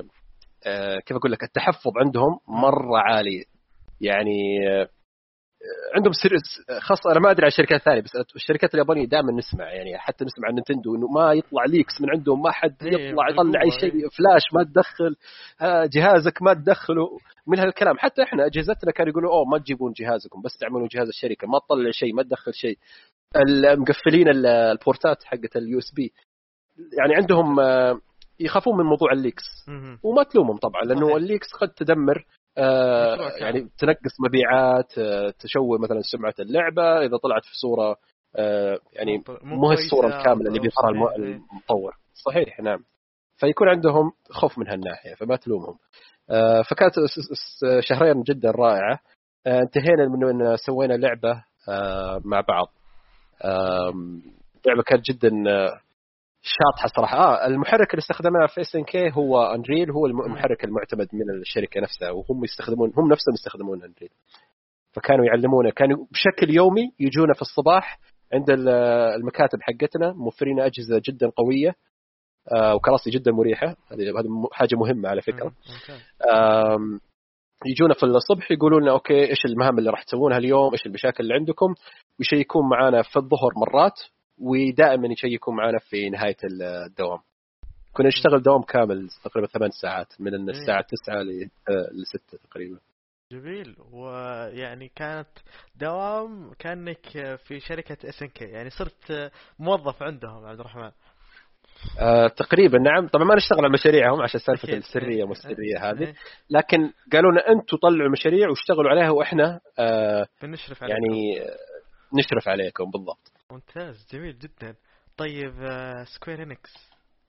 كيف أقول لك التحفظ عندهم مرة عالي، يعني عندهم سيريس خاصة. أنا ما أدري على الشركات الثانية، بس الشركات اليابانية دائما نسمع يعني حتى نسمع عن نينتندو إنه ما يطلع ليكس من عندهم، ما حد يطلع يطلع أي شيء، فلاش ما تدخل، جهازك ما تدخله من هالكلام. حتى إحنا أجهزتنا كانوا يقولوا أوه ما تجيبون جهازكم بس تعملون جهاز الشركة، ما تطلع شيء ما تدخل شيء. المقفلين البورتات حقت اليو اس بي يعني عندهم يخافون من موضوع الليكس، وما تلومهم طبعا لأنه الليكس قد تدمر آه يعني تنقص مبيعات، آه تشوه مثلا سمعة اللعبة إذا طلعت في صورة آه يعني مو هي الصورة الكاملة اللي بيظهرها المطور. صحيح نعم. فيكون عندهم خوف من هالناحية، فما تلومهم. آه فكانت شهرين جدا رائعة. آه انتهينا من أن سوينا لعبة آه مع بعض. آه لعبة كانت جدا آه شاطحة صراحة. آه المحرك اللي استخدمناه في إس إن كي هو أنريل، هو المحرك المعتمد من الشركة نفسها، وهم يستخدمون هم نفسهم يستخدمون أنريل. فكانوا يعلمونا، كانوا بشكل يومي يجونا في الصباح عند المكاتب حقتنا موفرين أجهزة جدا قوية آه وكراسي جدا مريحة. هذه حاجة مهمة على فكرة. آه يجونا في الصبح يقولون لنا أوكي إيش المهام اللي راح تسوونها اليوم، إيش المشاكل اللي عندكم، ويشيكون معانا في الظهر مرات، ودائما يشيكون معنا في نهاية الدوام. كنا نشتغل دوام كامل تقريبا ثمان ساعات من الساعة تسعة لستة تقريبا. جميل. ويعني كانت دوام كأنك في شركة إس إن كي، يعني صرت موظف عندهم عبد الرحمن. آه تقريبا نعم. طبعا ما نشتغل على مشاريعهم عشان سالفة السرية والسرية هذه، لكن قالوا لنا أنتوا طلعوا المشاريع واشتغلوا عليها وإحنا آه بنشرف عليكم. يعني نشرف عليكم بالضبط. ممتاز جميل جدا. طيب سكوير إنكس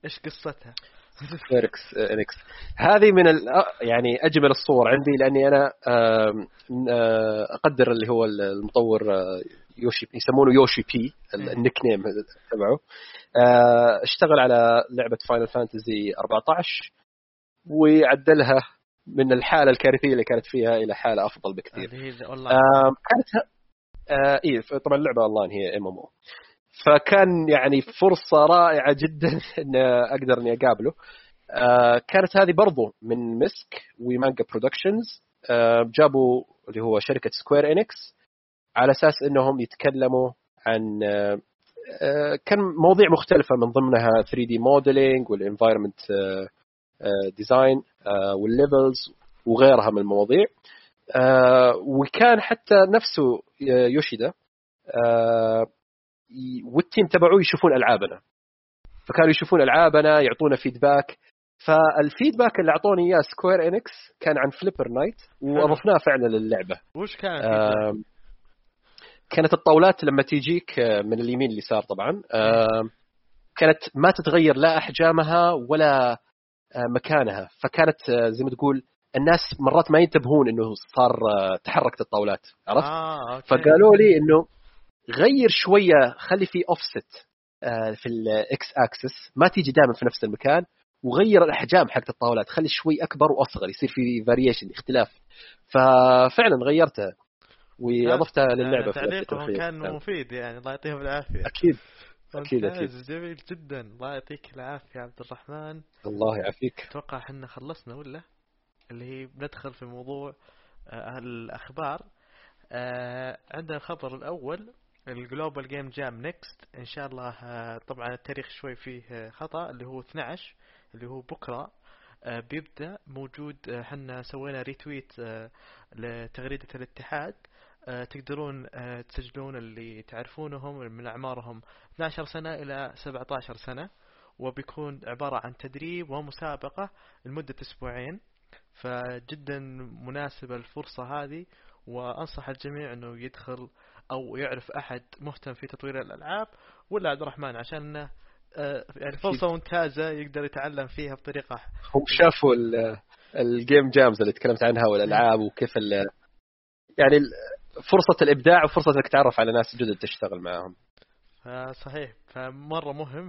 ايش قصتها؟ سكويركس انكس هذه من ال... يعني اجمل الصور عندي، لاني انا اقدر اللي هو المطور يوشي، يسمونه يوشي بي النيك نيم تبعه. اشتغل على لعبه فاينل فانتزي أربعة عشر وعدلها من الحاله الكارثيه اللي كانت فيها الى حاله افضل بكثير. كانت آه إيه طبعا اللعبه اونلاين هي ام ام او، فكان يعني فرصه رائعه جدا ان اقدر اني اقابله. آه كانت هذه برضو من مسك ومانجا برودكشنز. آه جابوا اللي هو شركه سكوير انكس على اساس انهم يتكلموا عن آه آه كان مواضيع مختلفه، من ضمنها ثري دي موديلينج والانفايرمنت ديزاين والليفلز وغيرها من المواضيع. آه وكان حتى نفسه يوشيدا آه والتيم تبعوه يشوفون ألعابنا، فكانوا يشوفون ألعابنا يعطونا فيدباك. فالفيدباك اللي أعطوني إياه سكوير إنكس كان عن فليبر نايت وأضفناه فعلا للعبة. وش كان آه كانت الطاولات لما تيجيك من اليمين لليسار طبعا آه كانت ما تتغير لا أحجامها ولا مكانها، فكانت زي ما تقول الناس مرات ما ينتبهون انه صار تحركت الطاولات، عرفت؟ آه، فقالوا لي انه غير شويه، خلي في اوفست في الاكس اكسس، ما تيجي دائما في نفس المكان، وغير الاحجام حقت الطاولات، خلي شوي اكبر واصغر، يصير في فاريشن اختلاف. ففعلا غيرتها واضفتها للعبه. تعليقهم كان مفيد يعني، الله يعطيهم العافيه. اكيد اكيد اكيد جميل جدا، الله يعطيك العافيه عبد الرحمن. الله يعافيك. اتوقع احنا خلصنا ولا اللي هي بندخل في موضوع آه الاخبار. آه عندنا الخبر الاول، الجلوبال جيم جام نيكست ان شاء الله. آه طبعا التاريخ شوي فيه خطأ، اللي هو اثني عشر اللي هو بكره آه بيبدأ موجود. احنا آه سوينا ريتويت آه لتغريدة الاتحاد. آه تقدرون آه تسجلون اللي تعرفونهم من أعمارهم اثني عشر سنة إلى سبعة عشر سنة، وبيكون عبارة عن تدريب ومسابقة لمدة أسبوعين. فجدا مناسبة الفرصة هذه، وأنصح الجميع أنه يدخل أو يعرف أحد مهتم في تطوير الألعاب ولا عبد الرحمن، عشان آه يعني فرصة ممتازة يقدر يتعلم فيها بطريقة. هم شافوا الجيم جامز اللي تكلمت عنها والألعاب وكيف يعني فرصة الإبداع وفرصة انك تتعرف على ناس جدد تشتغل معهم. صحيح، فمرة مهم.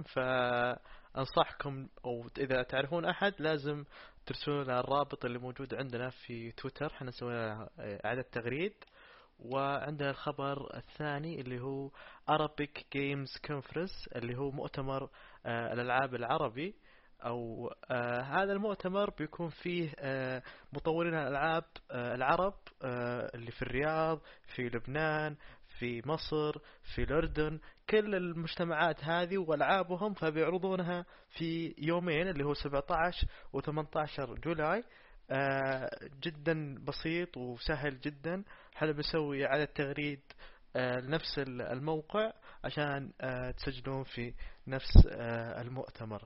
فأنصحكم، أو إذا تعرفون أحد لازم ترسلون الرابط اللي موجود عندنا في تويتر، احنا سوينا إعادة تغريد. وعندنا الخبر الثاني اللي هو Arabic Games Conference، اللي هو مؤتمر الألعاب العربي. أو آه هذا المؤتمر بيكون فيه آه مطورين الألعاب آه العرب آه اللي في الرياض، في لبنان، في مصر، في الأردن، كل المجتمعات هذه وألعابهم، فبيعرضونها في يومين اللي هو سبعة عشر و ثمانية عشر جولاي. آه جدا بسيط وسهل جدا. حنا بنسوي على التغريد آه لنفس الموقع عشان آه تسجلون في نفس آه المؤتمر.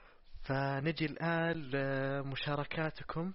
فنجي الآن لمشاركاتكم.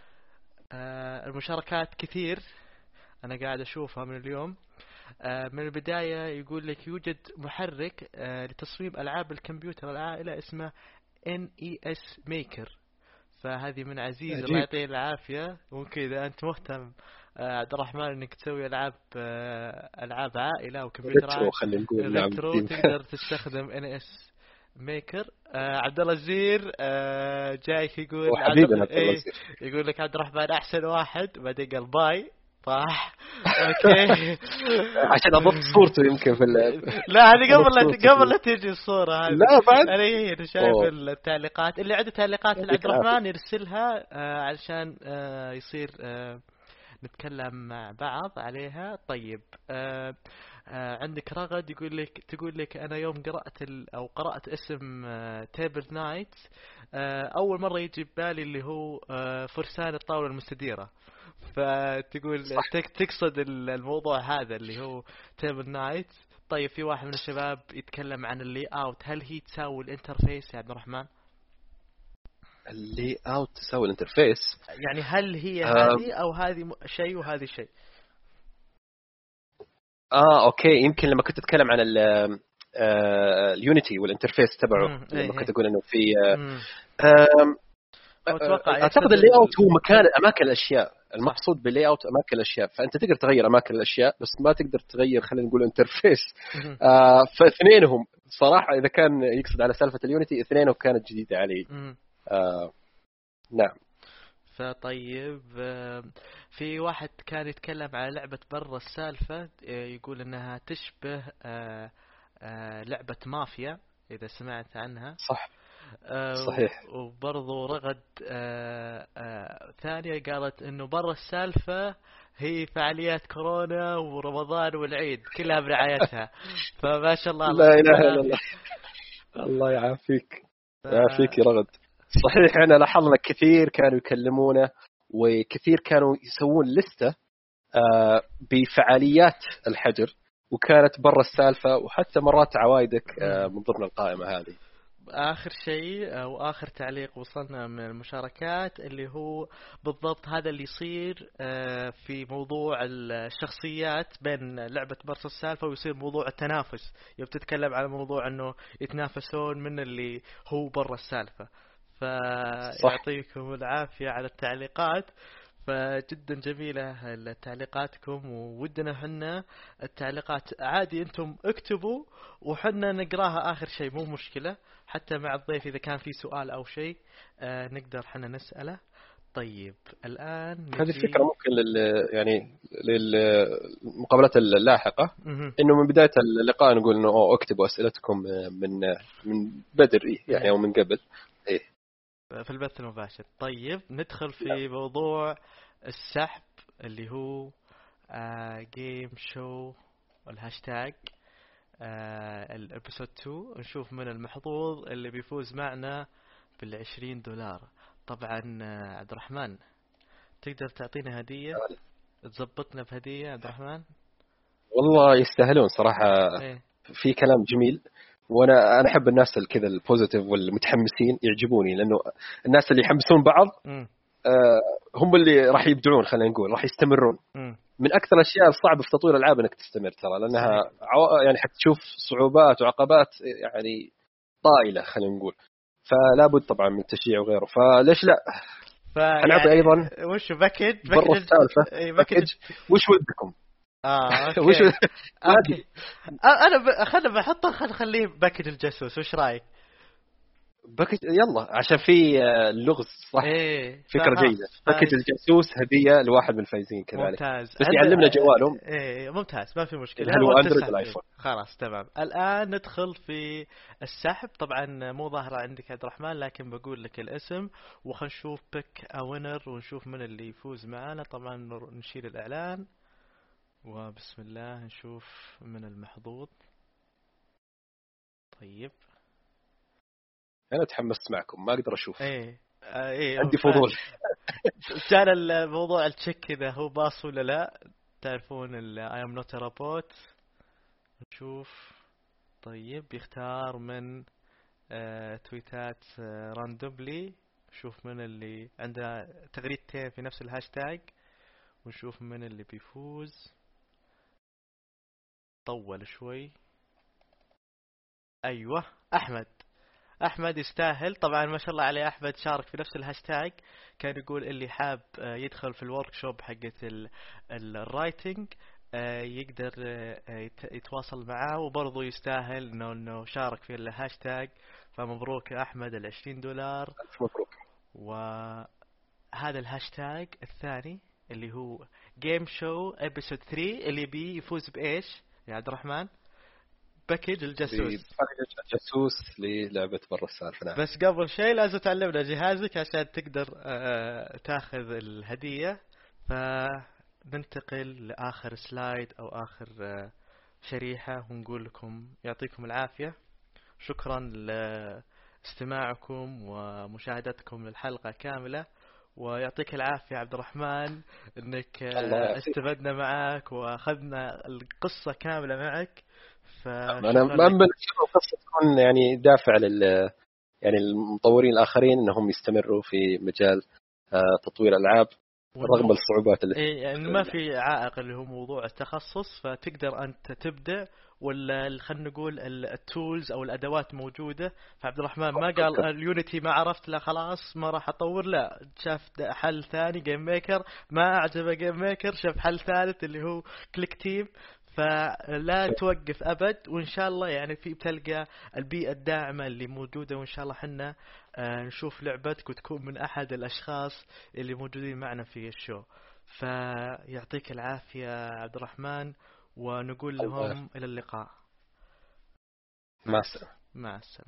آه المشاركات كثير أنا قاعد أشوفها من اليوم. آه من البداية يقول لك يوجد محرك آه لتصميم ألعاب الكمبيوتر العائلة اسمه إن إي إس Maker. فهذه من عزيز، الله يعطيه العافية. ممكن إذا أنت مهتم آه عبد الرحمن إنك تسوي ألعاب آه ألعاب عائلة وكمبيوتر عائلة خلينا نقول ريترو، تقدر تستخدم إن إي إس ميكر. آه عبد الله الزير آه جايك يقول حبيبنا ايه يقول لك عبد الرحمن احسن واحد، بعدين قال باي صح. اوكي عشان اضبط صورته يمكن في لا هذه قبل لا قبل لا تيجي الصوره هذه. لا بعد انا شايف التعليقات اللي عنده تعليقات لعبد الرحمن يرسلها آه علشان آه يصير آه نتكلم مع بعض عليها. طيب آه آه عندك رغد يقول لك تقول لك انا يوم قرأت او قرأت اسم آه تيبل نايت آه اول مرة يجي ببالي اللي هو آه فرسان الطاولة المستديرة. فتقول تك تقصد الموضوع هذا اللي هو تيبل نايت. طيب في واحد من الشباب يتكلم عن اللي اوت، هل هي تساوي الانترفيس يا عبد الرحمن؟ اللي اوت تساوي الانترفيس يعني هل هي هذه او هذه شيء وهذه شيء؟ اه اوكي، يمكن لما كنت اتكلم عن آه اليونيتي والانترفيس تبعه مم. لما إيه كنت إيه. اقول انه في آه مم. آم، وأتوقع اعتقد يقصد اللي اوت ال- هو مكان اماكن الاشياء، صح. المقصود باللي اوت اماكن الاشياء، فانت تقدر تغير اماكن الاشياء بس ما تقدر تغير خلينا نقول انترفيس. مم. آه فاثنينهم صراحه اذا كان يقصد على سالفه اليونيتي اثنينهم كانت جديده علي. مم. آه نعم. فطيب آه، في واحد كان يتكلم على لعبة برا السالفة، آه، يقول انها تشبه آه، آه، لعبة مافيا اذا سمعت عنها. صح آه، صحيح. وبرضو رغد آه، آه، ثانية قالت انه برا السالفة هي فعاليات كورونا ورمضان والعيد كلها برعايتها. فما شاء الله لا الله اله يعطيكم الا الله. العافية. الله يعافيك. ف- يعافيك يا رغد. صحيح احنا لاحظنا كثير كانوا يكلمونا وكثير كانوا يسوون لستة آه، بفعاليات الحجر وكانت برا السالفة وحتى مرات عوايدك آه، من ضمن القائمة هذه. آخر شيء أو آخر تعليق وصلنا من المشاركات اللي هو بالضبط هذا اللي يصير آه، في موضوع الشخصيات بين لعبة برص السالفة، ويصير موضوع التنافس. يوم تتكلم على موضوع أنه يتنافسون من اللي هو برا السالفة. فيعطيكم العافية على التعليقات، فجدا جميلة تعليقاتكم، وودنا حنا التعليقات عادي انتم اكتبوا وحنا نقراها آخر شيء مو مشكلة، حتى مع الضيف إذا كان في سؤال أو شيء آه نقدر حنا نسأله. طيب الآن هذه نجي فكرة ممكن لل يعني للمقابلات اللاحقة مهم. انه من بداية اللقاء نقول انه أوه اكتبوا اسئلتكم من من بدر يعني او من قبل ايه في البث المباشر. طيب ندخل في موضوع السحب اللي هو جيم شو الهاشتاج الابيسود اثنين، نشوف من المحظوظ اللي بيفوز معنا بالعشرين دولار. طبعا آه، عبد الرحمن تقدر تعطينا هدية، تزبطنا بهدية عبد الرحمن؟ والله يستاهلون صراحة. ايه في كلام جميل وانا انا احب الناس الكذا البوزيتيف والمتحمسين يعجبوني لانه الناس اللي يحمسون بعض مم. آه، هم اللي راح يبدعون خلينا نقول راح يستمرون. مم. من اكثر الاشياء الصعبه في تطوير الالعاب انك تستمر ترى لانها عو... يعني حتشوف صعوبات وعقبات يعني طائله خلينا نقول، فلا بد طبعا من التشجيع وغيره، فليش لا. حنعطي فيعني ايضا وش باكج برا باكج السالفه اي باكج باكج وش ودكم. اه اوكي وش اوكي آه، انا ب... خلنا بحطه خل نخليه باكج الجاسوس، وش رايك؟ باكج يلا عشان في آه، اللغز صح. ايه فكره فها- جيده. ف... باكج الجاسوس هديه لواحد من الفايزين كذلك، ممتاز. بس عند- يعلمنا جوالهم ايه ممتاز ما في مشكلة. هل هو وقت اندرويد السحب. ولا ايفون. خلاص تمام. الآن ندخل في السحب. طبعا مو ظاهرة عندك عبد الرحمن لكن بقول لك الاسم وخل نشوف بيك اوينر ونشوف من اللي يفوز معانا. طبعا نشيل الإعلان وبسم الله نشوف من المحظوظ. طيب انا تحمست معكم ما اقدر اشوف. ايه آه ايه عندي ف- فضول. كان الموضوع التشيك اذا هو باص ولا لا. تعرفون ال I am not a robot. نشوف. طيب يختار من آه تويتات آه راندوملي. نشوف من اللي عنده تغريدتين في نفس الهاشتاج ونشوف من اللي بيفوز. طول شوي. ايوه احمد. احمد يستاهل طبعا ما شاء الله عليه. احمد شارك في نفس الهاشتاج، كان يقول اللي حاب آه، يدخل في الورك شوب حقت الرايتنج يقدر آه، يت- يتواصل معاه، وبرضه يستاهل انه انه شارك في الهاشتاج. فمبروك يا احمد العشرين دولار. ألف مبروك. وهذا الهاشتاج الثاني اللي هو جيم شو ابيسود ثلاثة اللي بي يفوز بايش يا عبد الرحمن؟ باكيج الجاسوس. الجاسوس للعبة برا السالفة. نعم. بس قبل شيء لازم تعلمنا جهازك عشان تقدر آه، تاخذ الهدية. فننتقل لآخر سلايد أو آخر آه، شريحة ونقول لكم يعطيكم العافية. شكرا لاستماعكم ومشاهدتكم للحلقة كاملة، ويعطيك العافية عبد الرحمن انك آه، استفدنا معك واخذنا القصة كاملة معك. انا مأمل القصة تكون يعني دافع لل يعني المطورين الاخرين انهم يستمروا في مجال تطوير الالعاب رغم الصعوبات اللي إيه يعني ما في عائق اللي هو موضوع التخصص، فتقدر أنت تبدأ، ولا خلينا نقول التولز أو الأدوات موجودة. فعبد الرحمن ما قال اليونيتي ما عرفت، لا خلاص ما راح أطور، لا شاف حل ثاني جيم ميكر، ما أعجبه جيم ميكر شاف حل ثالث اللي هو كليك تيم. فلا توقف أبد، وإن شاء الله يعني في بتلقى البيئة الداعمة اللي موجودة، وإن شاء الله حنا نشوف لعبتك وتكون من أحد الأشخاص اللي موجودين معنا في الشو. فيعطيك العافية عبد الرحمن، ونقول لهم إلى اللقاء. مع السلامة. مع السلامة.